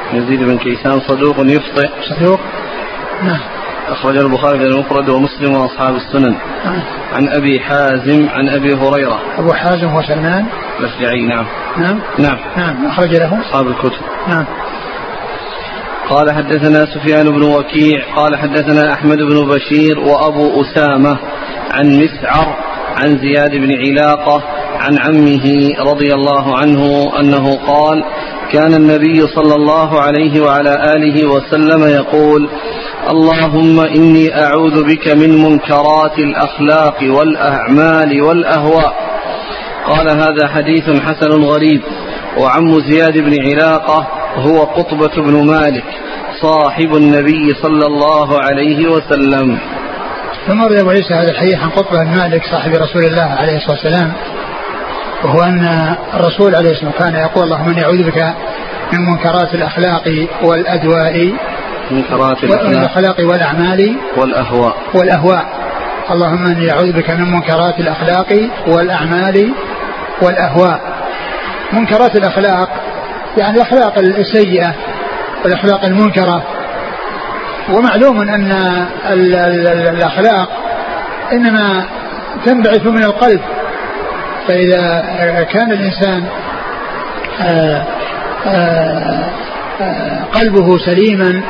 يزيد بن كيسان صدوق يخطئ. صدوق. نعم. أخرج البخاري في المفرد ومسلم وأصحاب السنن. نعم. عن أبي حازم عن أبي هريرة. أبو حازم هو سلمان الأشجعي. نعم. نعم. نعم. نعم. أخرج له أصحاب الكتب. نعم. قال حدثنا سفيان بن وكيع قال حدثنا أحمد بن بشير وأبو أسامة عن مسعر عن زياد بن علاقة عن عمه رضي الله عنه أنه قال كان النبي صلى الله عليه وعلى آله وسلم يقول اللهم إني أعوذ بك من منكرات الأخلاق والأعمال والأهواء. قال هذا حديث حسن غريب. وعم زياد بن علاقة هو قطبة بن مالك صاحب النبي صلى الله عليه وسلم. ثم روى أبو عيسى هذا الحديث عن قطبة بن مالك صاحب رسول الله عليه الصلاة والسلام، وهو أن الرسول عليه الصلاة والسلام كان يقول اللهم إني أعوذ بك من منكرات الأخلاق والأدواء منكرات الأخلاق والأعمال والأهواء والأهواء اللهم إني أعوذ بك من منكرات الأخلاق والأعمال والأهواء. منكرات الأخلاق يعني الأخلاق السيئة والأخلاق المنكرة. ومعلوم أن الأخلاق إنما تنبعث من القلب، فإذا كان الإنسان آآ آآ آآ قلبه سليما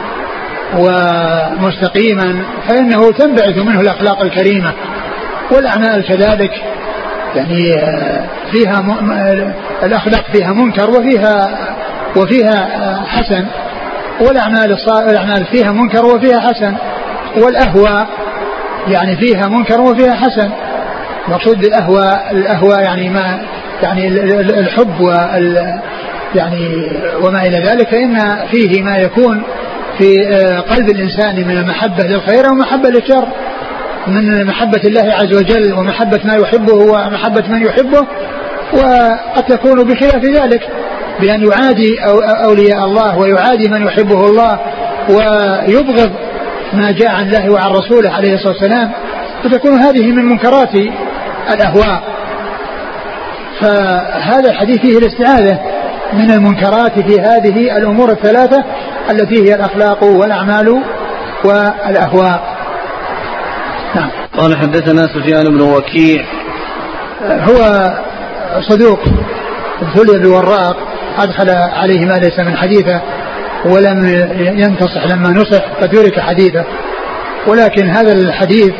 ومستقيما فإنه تنبعث منه الأخلاق الكريمة. والأعمال كذلك يعني فيها م... الأخلاق فيها منكر وفيها وفيها حسن، والأعمال الأعمال فيها منكر وفيها حسن، والأهواء يعني فيها منكر وفيها حسن. مقصود الأهواء الأهواء يعني ما يعني الحب وال يعني وما إلى ذلك، فإن فيه ما يكون في قلب الإنسان من المحبة للخير ومحبة للشر، من محبة الله عز وجل ومحبة ما يحبه ومحبة من يحبه. وقد تكون بخلاف ذلك بأن يعادي أولياء الله ويعادي من يحبه الله ويبغض ما جاء عن الله وعن رسوله عليه الصلاة والسلام، فتكون هذه من منكرات الأهواء. فهذا الحديث فيه الاستعاذة من المنكرات في هذه الأمور الثلاثة التي هي الأخلاق والأعمال والأهواء. نعم. قال حدثنا سفيان بن وكيع هو صدوق ابتلي بوراق أدخل عليه ما ليس من حديثه ولم ينتصح لما نصح فترك حديثه. ولكن هذا الحديث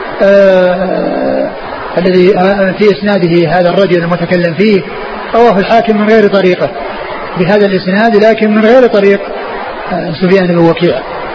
آه الذي آه في إسناده هذا الرجل المتكلم فيه رواه الحاكم من غير طريقه بهذا الإسناد، لكن من غير طريق آه سفيان بن وكيع.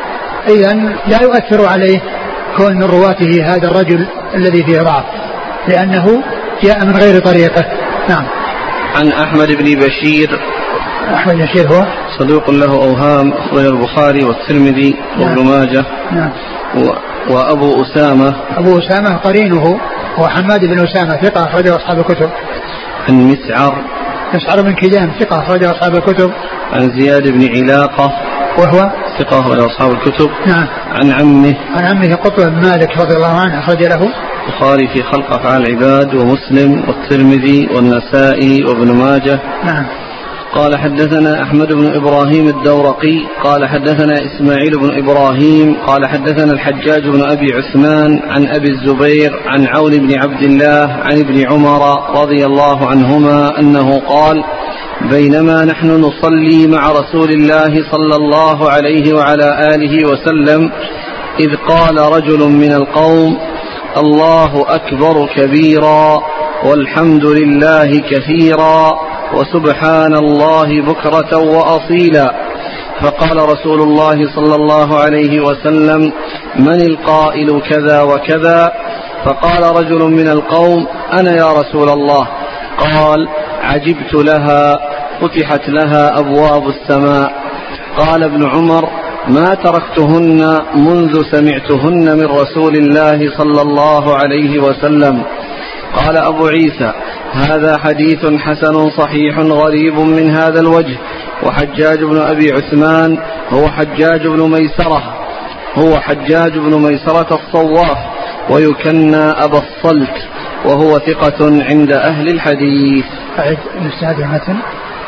إذن لا يؤثر عليه كون من رواته هذا الرجل الذي فيه ضعف، لأنه جاء من غير طريقه. نعم. عن أحمد بن بشير. أحمد بن بشير هو صدوق له أوهام أخرج البخاري والترمذي وابن ماجه. نعم. و... وأبو أسامة. أبو أسامة قرينه هو حماد بن أسامة ثقة أخرجه أصحاب الكتب. عن مسعر. مسعر بن كدام ثقة أخرجه أصحاب الكتب. عن زياد بن علاقة وهو ثقة أخرجه أصحاب الكتب. نعم. عن عمه. عن عمه قطب بن مالك رضي الله عنه أخرج له البخاري في خلق أفعال العباد ومسلم والترمذي والنسائي وابن ماجه. نعم. قال حدثنا أحمد بن إبراهيم الدورقي قال حدثنا إسماعيل بن إبراهيم قال حدثنا الحجاج بن أبي عثمان عن أبي الزبير عن عون بن عبد الله عن ابن عمر رضي الله عنهما أنه قال بينما نحن نصلي مع رسول الله صلى الله عليه وعلى آله وسلم إذ قال رجل من القوم الله أكبر كبيرا والحمد لله كثيرا وسبحان الله بكرة وأصيلا. فقال رسول الله صلى الله عليه وسلم من القائل كذا وكذا؟ فقال رجل من القوم أنا يا رسول الله. قال عجبت لها فتحت لها أبواب السماء. قال ابن عمر ما تركتهن منذ سمعتهن من رسول الله صلى الله عليه وسلم. قال أبو عيسى هذا حديث حسن صحيح غريب من هذا الوجه. وحجاج بن أبي عثمان هو حجاج بن ميسرة هو حجاج بن ميسرة الصواف ويكنى أبا الصلت وهو ثقة عند أهل الحديث. أعد الإسناد المتن.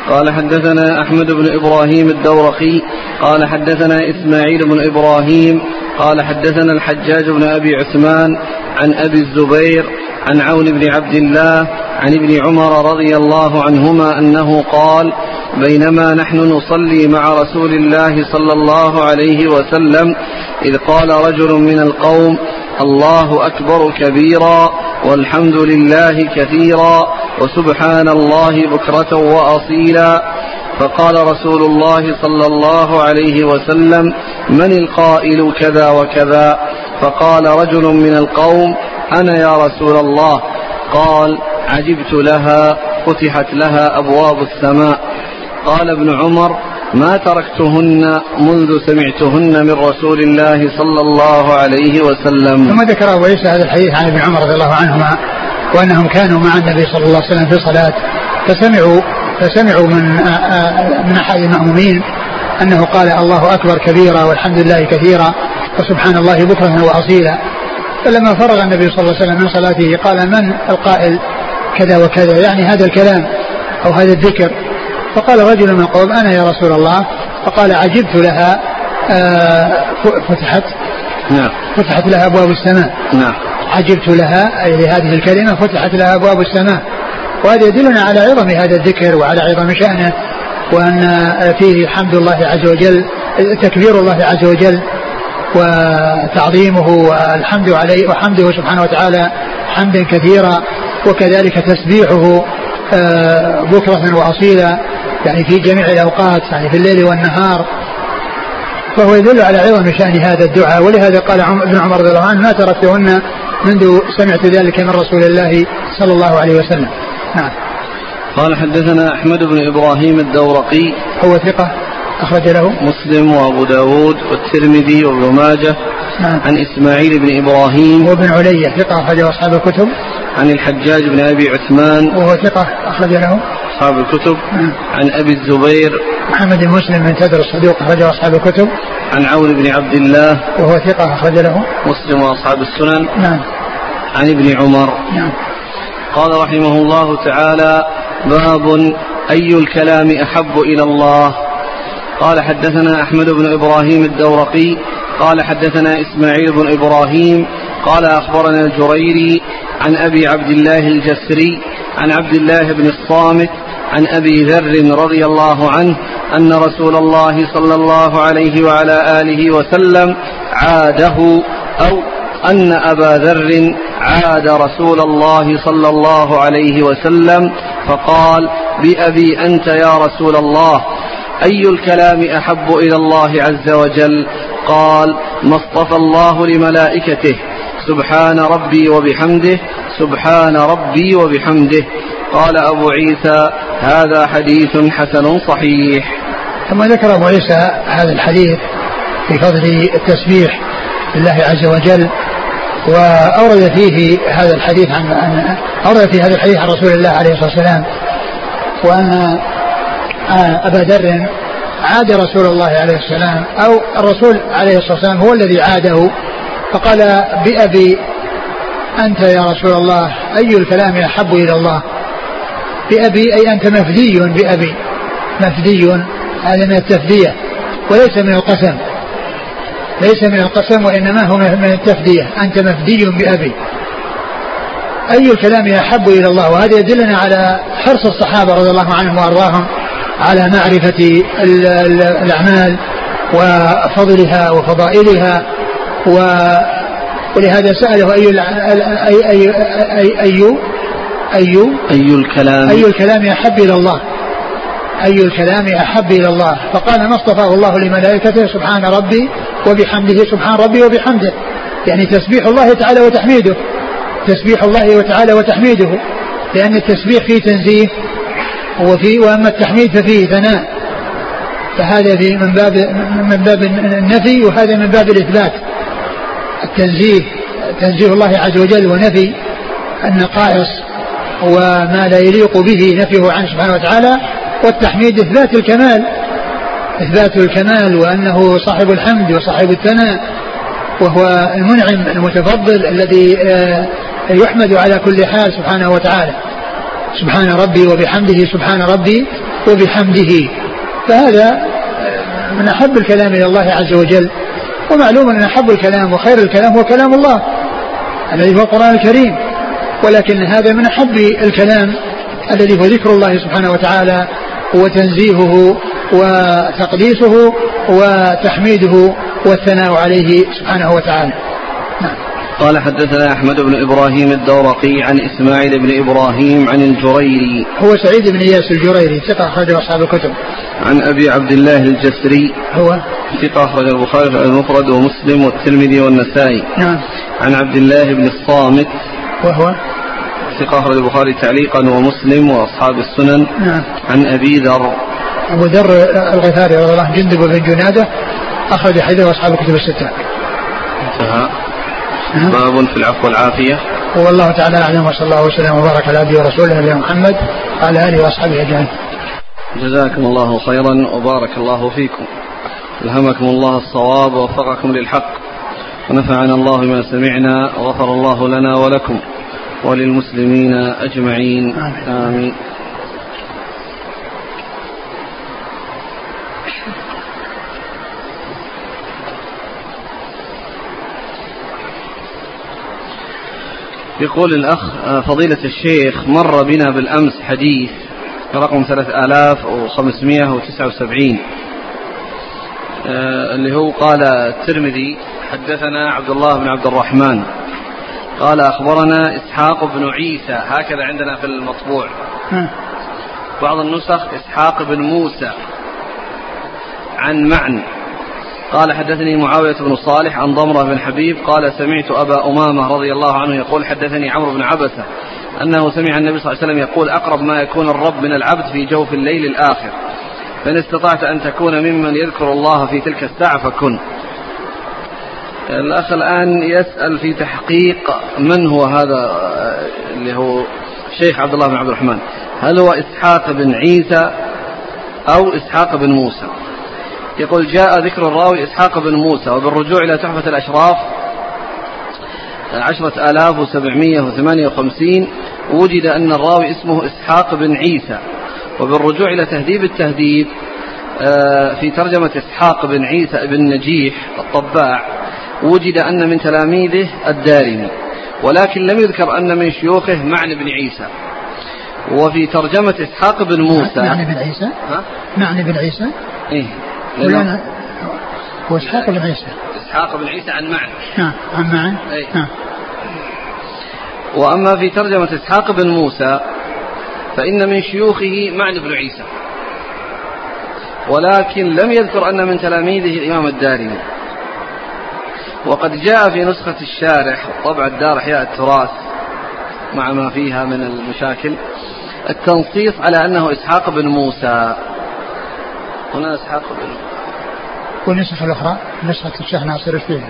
قال حدثنا أحمد بن إبراهيم الدورقي قال حدثنا إسماعيل بن إبراهيم قال حدثنا الحجاج بن أبي عثمان عن أبي الزبير عن عون بن عبد الله عن ابن عمر رضي الله عنهما أنه قال بينما نحن نصلي مع رسول الله صلى الله عليه وسلم إذ قال رجل من القوم الله أكبر كبيرا والحمد لله كثيرا وسبحان الله بكرة وأصيلا فقال رسول الله صلى الله عليه وسلم من القائل كذا وكذا فقال رجل من القوم أنا يا رسول الله قال عجبت لها فتحت لها أبواب السماء قال ابن عمر ما تركتهن منذ سمعتهن من رسول الله صلى الله عليه وسلم. ثم ذكر أبو عيسى هذا الحديث عن ابن عمر رضي الله عنهما وأنهم كانوا مع النبي صلى الله عليه وسلم في صلاة فسمعوا فسمعوا من من أحد المأمومين أنه قال الله أكبر كبيرا والحمد لله كثيرا وسبحان الله بكرة وأصيلا. فلما فرغ النبي صلى الله عليه وسلم من صلاته قال من القائل كذا وكذا يعني هذا الكلام أو هذا الذكر. فقال رجل من القوم أنا يا رسول الله. فقال عجبت لها فتحت نعم فتحت لها أبواب السماء. نعم عجبت لها أي لهذه الكلمة فتحت لها أبواب السماء. وهذا يدلنا على عظم هذا الذكر وعلى عظم شأنه وأن فيه حمد الله عز وجل تكبير الله عز وجل وتعظيمه والحمد عليه وحمده سبحانه وتعالى حمدا كثيرا وكذلك تسبيحه بكرة وأصيلا يعني في جميع الأوقات يعني في الليل والنهار. فهو يدل على عظم شأن هذا الدعاء. ولهذا قال ابن عمر رضي الله عنه ما تركتهن منذ سمعت ذلك من رسول الله صلى الله عليه وسلم. نعم. قال حدثنا أحمد بن إبراهيم الدورقي هو ثقة أخرج له مسلم وأبو داود والترمذي وابن ماجه. نعم. عن إسماعيل بن إبراهيم وابن علية ثقة أخرج أصحاب الكتب. عن الحجاج بن أبي عثمان وهو ثقة أخرج له أصحاب الكتب. نعم. عن أبي الزبير محمد بن مسلم من تدر الصدوق أخرج أصحاب الكتب. عن عون بن عبد الله وهو ثقة أخرج له مسلم وأصحاب السنن. نعم. عن ابن عمر. نعم. قال رحمه الله تعالى باب أي الكلام أحب إلى الله. قال حدثنا أحمد بن إبراهيم الدورقي قال حدثنا إسماعيل بن إبراهيم قال أخبرنا الجريري عن أبي عبد الله الجسري عن عبد الله بن الصامت عن أبي ذر رضي الله عنه أن رسول الله صلى الله عليه وعلى آله وسلم عاده أو أن أبا ذر عاد رسول الله صلى الله عليه وسلم فقال بأبي أنت يا رسول الله أي الكلام أحب إلى الله عز وجل؟ قال ما اصطفى الله لملائكته سبحان ربي وبحمده سبحان ربي وبحمده. قال أبو عيسى هذا حديث حسن صحيح. ثم ذكر أبو عيسى هذا الحديث في فضل التسبيح لله عز وجل وأورد فيه هذا الحديث عن أورد في هذا الحديث عن رسول الله عليه الصلاة والسلام وأن أبا ذر عاد رسول الله عليه السلام أو الرسول عليه الصلاة والسلام هو الذي عاده فقال بأبي أنت يا رسول الله أي الكلام أحب إلى الله؟ بأبي أي أنت مفدي بأبي مفدي هذا من التفدية وليس من القسم ليس من القسم وإنما هو من التفدية أنت مفدي بأبي. أي الكلام أحب إلى الله وهذا يدلنا على حرص الصحابة رضي الله عنهم وأرضاهم على معرفة الأعمال وفضلها وفضائلها ولهذا سأله أي أي أي أي أي أي الكلام أي الكلام أحب إلى الله أي الكلام أحب إلى الله فقال ما اصطفاه الله لملائكته سبحان ربي وبحمده سبحان ربي وبحمده يعني تسبيح الله تعالى وتحميده تسبيح الله وتعالى وتحميده لأن التسبيح فيه تنزيه وفي وأما التحميد ففيه ثناء فهذا في من باب من باب النفي وهذا من باب الإثبات. التنزيه تنزيه الله عز وجل ونفي النقائص وما لا يليق به نفيه عنه سبحانه وتعالى والتحميد إثبات الكمال إثبات الكمال وأنه صاحب الحمد وصاحب الثناء وهو المنعم المتفضل الذي يحمد على كل حال سبحانه وتعالى. سبحان ربي وبحمده سبحان ربي وبحمده. فهذا من أحب الكلام إلى الله عز وجل. ومعلوم أن أحب الكلام وخير الكلام هو كلام الله الذي هو القرآن الكريم، ولكن هذا من أحب الكلام الذي هو ذكر الله سبحانه وتعالى وتنزيهه وتقديسه وتحميده والثناء عليه سبحانه وتعالى. نعم. قال حدثنا أحمد بن إبراهيم الدورقي عن إسماعيل بن إبراهيم عن الجريري هو سعيد بن إياس الجريري ثقة أخرجه أصحاب الكتب. عن أبي عبد الله الجسري هو ثقة أخرج البخاري في المفرد ومسلم والترمذي والنسائي. نعم. عن عبد الله بن الصامت وهو ثقة أخرج البخاري تعليقا ومسلم وأصحاب السنن. نعم. عن أبي ذر أبو ذر الغفاري رضي الله عنه جندب بن جنادة أخرج حديثه أصحاب الكتب الستة. انتهى. باب في العفو والعافية. والله تعالى أعلم، وصلى الله وسلم وبارك على عبده ورسوله نبينا محمد وعلى آله وأصحابه أجمعين. جزاكم الله خيرا وبارك الله فيكم، ألهمكم الله الصواب ووفقكم للحق، ونفعنا الله بما سمعنا وغفر الله لنا ولكم وللمسلمين أجمعين. آمين, آمين. يقول الأخ فضيلة الشيخ مر بنا بالأمس حديث رقم ثلاثة آلاف وخمسمائة وتسعة وسبعين اللي هو قال الترمذي حدثنا عبد الله بن عبد الرحمن قال أخبرنا إسحاق بن عيسى، هكذا عندنا في المطبوع، بعض النسخ إسحاق بن موسى عن معن قال حدثني معاوية بن صالح عن ضمرة بن حبيب قال سمعت أبا أمامة رضي الله عنه يقول حدثني عمرو بن عبسة أنه سمع النبي صلى الله عليه وسلم يقول أقرب ما يكون الرب من العبد في جوف الليل الآخر، فإن استطعت أن تكون ممن يذكر الله في تلك الساعة فكن. الأخ الآن يسأل في تحقيق من هو هذا اللي هو الشيخ عبد الله بن عبد الرحمن، هل هو إسحاق بن عيسى أو إسحاق بن موسى؟ يقول جاء ذكر الراوي إسحاق بن موسى، وبالرجوع إلى تحفة الأشراف عشرة آلاف وسبعمائة وثمانية وخمسين وجد أن الراوي اسمه إسحاق بن عيسى، وبالرجوع إلى تهذيب التهذيب في ترجمة إسحاق بن عيسى بن نجيح الطباع وجد أن من تلاميذه الدارمي، ولكن لم يذكر أن من شيوخه معنى بن عيسى. وفي ترجمة إسحاق بن موسى معنى بن عيسى ها؟ معنى بن عيسى إيه لأنه هو إسحاق بن عيسى إسحاق بن عيسى عن معنى نعم عن معنى إيه. نعم. وأما في ترجمة إسحاق بن موسى فإن من شيوخه معنى بن عيسى، ولكن لم يذكر أن من تلاميذه الإمام الدارمي. وقد جاء في نسخة الشارح طبع الدار إحياء التراث مع ما فيها من المشاكل التنصيص على أنه إسحاق بن موسى. هنا إسحاق بن والنسخة الأخرى نسخة الشيخ ناصر الفيل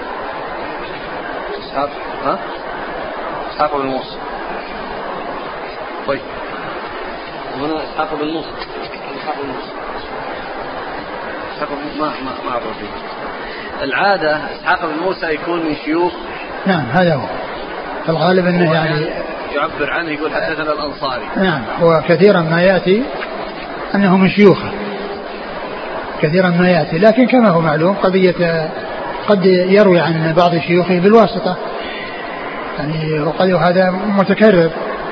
إسحاق ها إسحاق بن موسى. طيب هنا إسحاق بن موسى إسحاق بن موسى إسحاق بن ما ما ما أعرف فيه. العادة إسحاق بن موسى يكون من شيوخ نعم هذا هو الغالب أنه يعني يعبر عنه يقول حدثنا الأنصاري. نعم وكثيرا ما يأتي أنه من شيوخه كثيرا ما يأتي، لكن كما هو معلوم قضية قد يروي عن بعض شيوخه بالواسطة يعني، وقد هذا متكرر.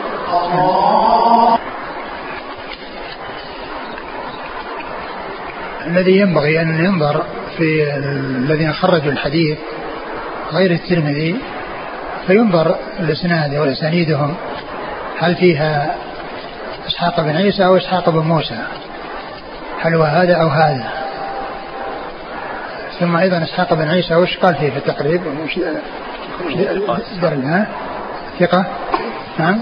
الذي ينبغي أن ينظر في الذين خرجوا الحديث غير الترمذي فينظر الاسناد واسانيدهم هل فيها إسحاق بن عيسى أو إسحاق بن موسى، هل هو هذا أو هذا. ثم أيضا إسحاق بن عيسى وش قال فيه في التقريب درجة ثقة نعم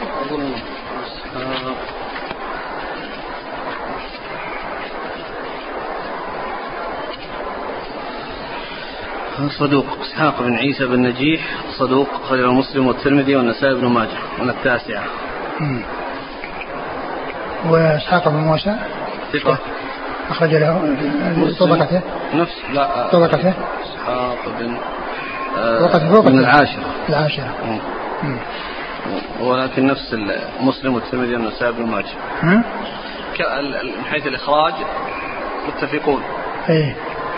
صدوق. إسحاق بن عيسى بن نجيح صدوق خرج مسلم والترمذي والنسائي بن ماجه من التاسعة. وإسحاق بن موسى ثقة أخرج له طبقته نفس لا طبقته إسحاق بن آه من العاشرة العاشرة ولكن نفس مسلم والترمذي والنسائي بن ماجه. من حيث الإخراج متفقون. إيه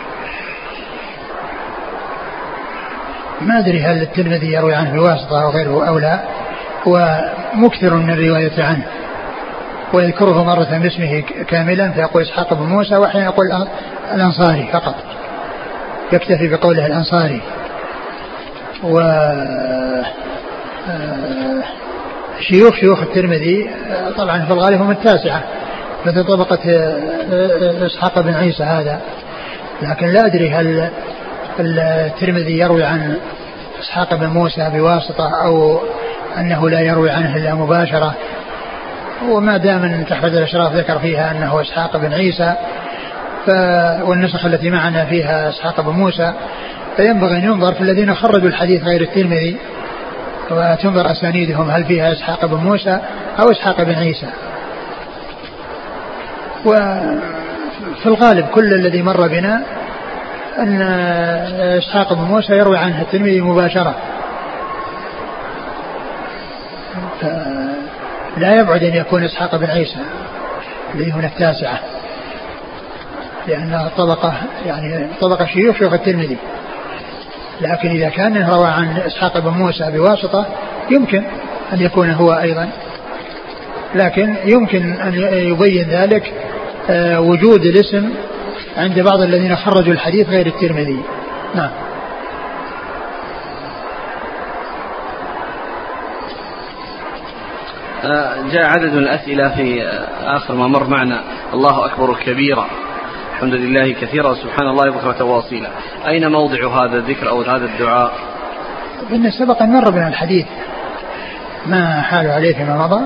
ما أدري هل الترمذي يروي عنه بواسطة أو غيره أو لا، ومكثر من الرواية عنه ويذكره مرة باسمه كاملا فيقول إسحاق بن موسى، وأحيانا يقول الأنصاري فقط، يكتفي بقوله الأنصاري. و شيوخ شيوخ الترمذي طبعا في الغالب هم التاسعة مثل طبقة إسحاق بن عيسى هذا، لكن لا أدري هل الترمذي يروي عن إسحاق بن موسى بواسطة أو أنه لا يروي عنه إلا مباشرة. وما دام أن تحفظ الأشراف ذكر فيها أنه إسحاق بن عيسى ف... والنسخ التي معنا فيها إسحاق بن موسى، فينبغي أن ينظر في الذين خرجوا الحديث غير الترمذي وتنظر أسانيدهم هل فيها إسحاق بن موسى أو إسحاق بن عيسى. وفي الغالب كل الذي مر بنا أن إسحاق بن موسى يروي عنه الترمذي مباشرة، لا يبعد أن يكون إسحاق بن عيسى الذي هنا التاسعة، لأن طبقة يعني طبقة شيوخ شيوخ الترمذي. لكن إذا كان روى عن إسحاق بن موسى بواسطة يمكن أن يكون هو أيضا، لكن يمكن أن يبين ذلك وجود الاسم عند بعض الذين خرجوا الحديث غير الترمذي. نعم. جاء عدد من الأسئلة في آخر ما مر معنا. الله أكبر كبيرا، الحمد لله كثيرا، سبحان الله بكرة واصيلا. أين موضع هذا الذكر أو هذا الدعاء؟ إن سبق أن مر بنا الحديث، ما حال عليه فيما مضى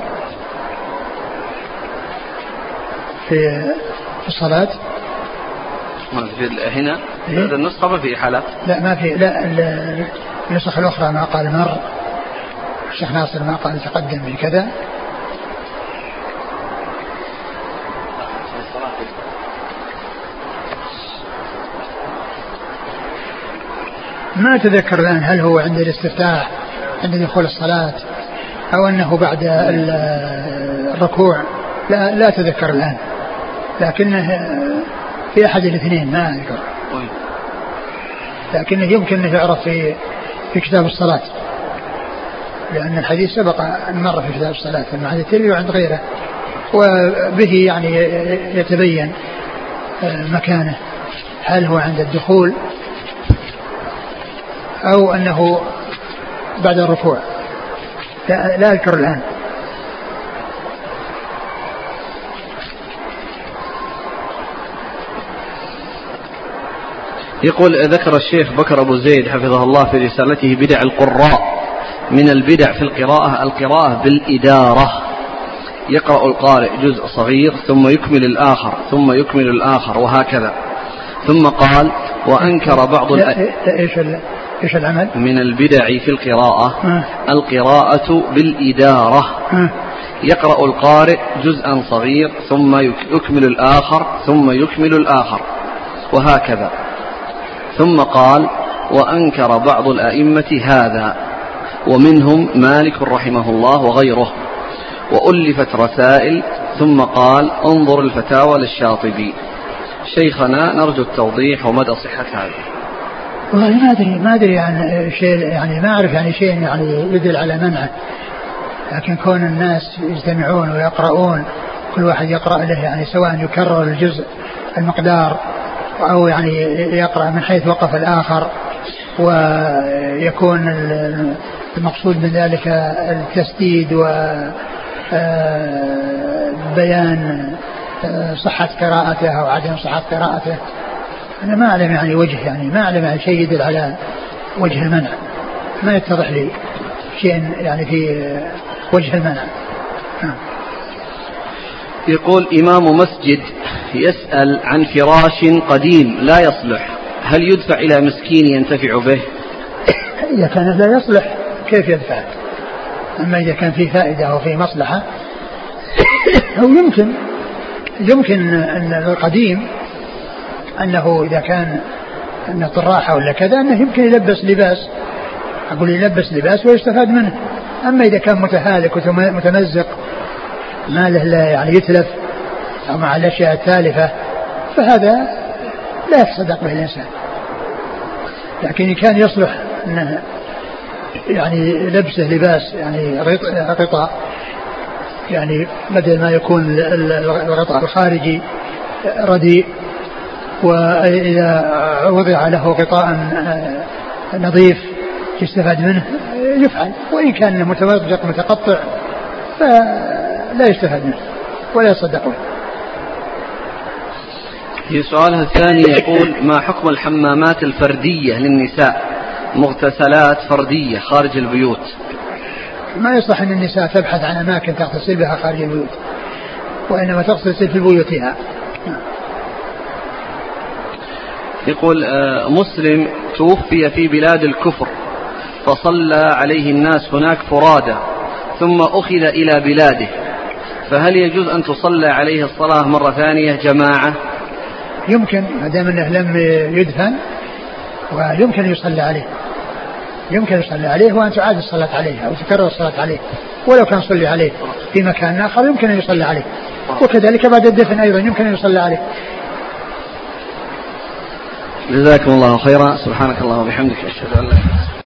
في في الصلاة. ما في هنا هذا النسخة ما في حالات. لا ما في، لا النسخ الأخرى ما قال مر، الشيخ ناصر ما قال تقدم بكذا. ما أتذكر الآن هل هو عند الاستفتاح عند دخول الصلاة أو أنه بعد الركوع، لا لا أتذكر الآن، لكنه في أحد الاثنين ما أذكر، لكنه يمكن أن يعرف في في كتاب الصلاة، لأن الحديث سبق أن مر في كتاب الصلاة عند الترمذي وعند غيره، وبه يعني يتبين مكانه، هل هو عند الدخول أو أنه بعد الركوع، لا, لا أذكر الآن. يقول ذكر الشيخ بكر أبو زيد حفظه الله في رسالته بدع القراء، من البدع في القراءة القراءة بالإدارة، يقرأ القارئ جزء صغير ثم يكمل الآخر ثم يكمل الآخر وهكذا. ثم قال وأنكر بعض الأئمة إيش العمل؟ من البدع في القراءة آه. القراءة بالإدارة، آه. يقرأ القارئ جزءا صغير ثم يكمل الآخر ثم يكمل الآخر وهكذا. ثم قال وأنكر بعض الأئمة هذا ومنهم مالك رحمه الله وغيره، وألفت رسائل. ثم قال انظر الفتاوى للشاطبي. شيخنا نرجو التوضيح ومدى صحة هذا. والله ما أدري ما أدري عن شيء، يعني ما أعرف يعني شيء يعني يدل على منعه، لكن كون الناس يجتمعون ويقرؤون كل واحد يقرأ له يعني سواء يكرر الجزء المقدار أو يعني يقرأ من حيث وقف الآخر، ويكون المقصود من ذلك التسديد وبيان صحة قراءته أو عدم صحة قراءته. أنا ما أعلم يعني وجه، يعني ما أعلم يعني شيء يدل على وجه المنع، ما يتضح لي شيء يعني في وجه المنع. يقول إمام مسجد يسأل عن فراش قديم لا يصلح، هل يدفع إلى مسكين ينتفع به؟ إذا كان لا يصلح كيف يدفع؟ أما إذا كان فيه فائدة أو فيه مصلحة أو يمكن يمكن أن القديم أنه إذا كان أنه طراحة ولا كذا أنه يمكن يلبس لباس، أقول يلبس لباس ويستفاد منه. أما إذا كان متهالك ومتمزق ما له لا يعني يتلف أو مع الأشياء التالفة فهذا لا يتصدق به الإنسان. لكن إن كان يصلح أنه يعني لبسه لباس يعني غطاء يعني بدل ما يكون الغطاء الخارجي رديء وإذا وضع له غطاء نظيف يستفاد منه يفعل. وإن كان متمزق متقطع فلا يستفاد منه ولا يصدقه. في سؤالها الثاني يقول ما حكم الحمامات الفردية للنساء مغتسلات فردية خارج البيوت؟ ما يصح أن النساء تبحث عن أماكن تغتسل بها خارج البيوت وإنما تغتسل في بيوتها. يقول مسلم توفي في بلاد الكفر فصلى عليه الناس هناك فرادى ثم أخذ إلى بلاده فهل يجوز أن تصلى عليه الصلاة مرة ثانية جماعة؟ يمكن ما دام أنه لم يدفن ويمكن يصلى عليه يمكن يصلي عليه وأن تعاد الصلاة عليه أو تكرر الصلاة عليه ولو كان صلي عليه في مكان آخر يمكن أن يصلى عليه وكذلك بعد الدفن أيضا يمكن أن يصلى عليه. جزاكم الله خيرا. سبحانك اللهم وبحمدك أشهد أن لا إله إلا أنت.